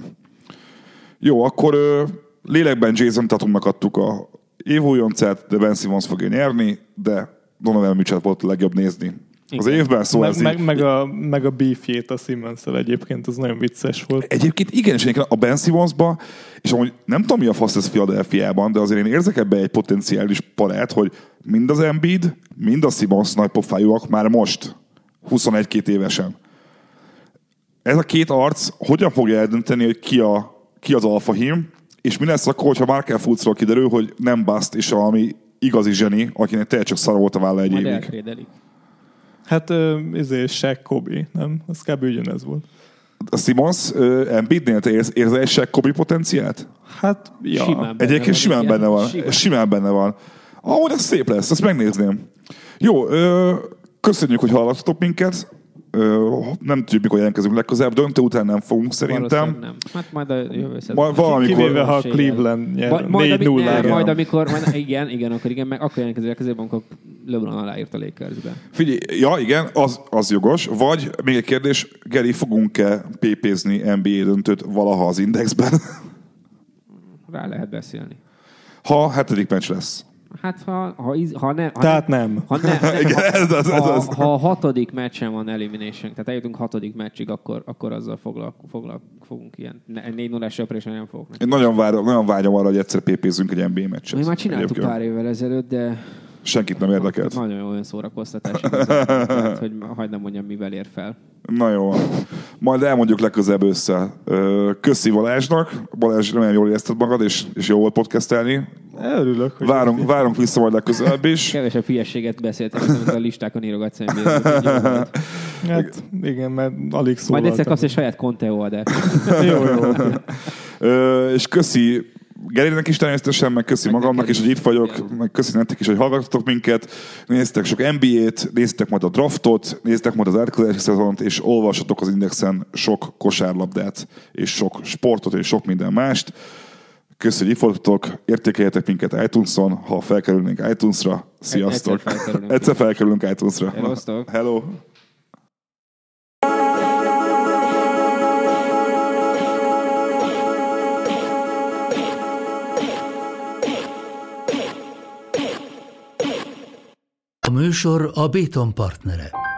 Jó, akkor ö, lélekben Jason Tatumnak adtuk a évújoncát, de Ben Simmons fogja nyerni, de Donovan Mitchell volt a legjobb nézni az igen. évben, szóval meg, meg, meg, a, meg a beefjét a Simmons-szel egyébként, az nagyon vicces volt. Egyébként igen, és egyébként a Ben Simmonsba, és amúgy nem tudom, mi a fasz ez Philadelphiában, de azért én érzek ebbe egy potenciális palát, hogy mind az Embiid, mind a Simmons nagypofájúak már most, huszonegy-két évesen. Ez a két arc hogyan fogja eldönteni, hogy ki, a, ki az alfahím, és mi lesz akkor, hogyha Markel Fultzról kiderül, hogy nem bust, és valami igazi zseni, akinek tényleg csak szar volt a válla egy majd évig. Elkrédelik. Hát ezért Shaq Kobe, nem? Az kb. Ugyanez volt. A Simmons uh, Embiidnél te érz, érzel egy Shaq Kobe potenciált? Hát, ja. Simán benne Egyébként van, simán igen. benne van. Simán. Simán benne van. Ahogy ez szép lesz, ezt megnézném. Jó, ö, köszönjük, hogy hallgattatok minket. Ö, nem tudjuk, mikor jelentkezünk legközelebb. Döntő után nem fogunk szerintem. Nem. Hát majd a jövő Ma, valamikor... Kivéve, ha Cleveland nyer négy nullára. Majd amikor, majd, igen, igen, akkor igen, meg akkor jelentkezünk legközelebb, amikor LeBron aláírt a Lakersbe. Figyelj, ja igen, az, az jogos. Vagy még egy kérdés, Geri, fogunk-e pépézni en bé á döntőt valaha az Indexben? Rá lehet beszélni. Ha hetedik meccs lesz. Hát ha, ha, ha nem... Ha Tehát nem. Ha, ne, nem, igen, ha, ez az, ez ha, az. ha a hatodik meccsen van elimination, tehát eljutunk hatodik meccsig, akkor, akkor azzal foglal, foglal, fogunk ilyen négy nullás söprésre nem fogok. Én nagyon, várom, nagyon vágyom arra, hogy egyszer pépézzünk egy en bé á meccset. Mi már csináltuk Egyébként. pár évvel ezelőtt, de... Senkit nem érdekelt. Nagyon olyan szórakoztatás, tehát, hogy hagyd nem mondjam, mivel ér fel. Na jó. Majd elmondjuk legközelebb össze. Köszi Balázsnak. Balázs, remélem jól érezted magad, és, és jó volt podcastelni. Örülök, hogy... Várunk, várunk vissza majd legközelebb is. Kevesebb hülyességet beszéltem, amit a listákon írogatsz en bé á. Hát igen, mert alig szólaltam. Majd egyszer kapsz egy saját Conteo adást. Jó, jó. Ö, és köszi Gerinek is természetesen, meg köszi meg magamnak is, hogy itt vagyok, meg köszi nektek is, hogy hallgattatok minket. Néztek sok en bé á-t, néztek majd a draftot, néztek majd az elkövetkező szezont, és olvassatok az Indexen sok kosárlabdát, és sok sportot, és sok minden mást. Köszi, hogy itt voltatok, értékeljetek minket iTunes-on, ha felkerülnénk iTunes-ra. Sziasztok! Egyszer felkerülünk, Egyszer felkerülünk iTunes-ra. Hello. Hello! A műsor a Béton partnere.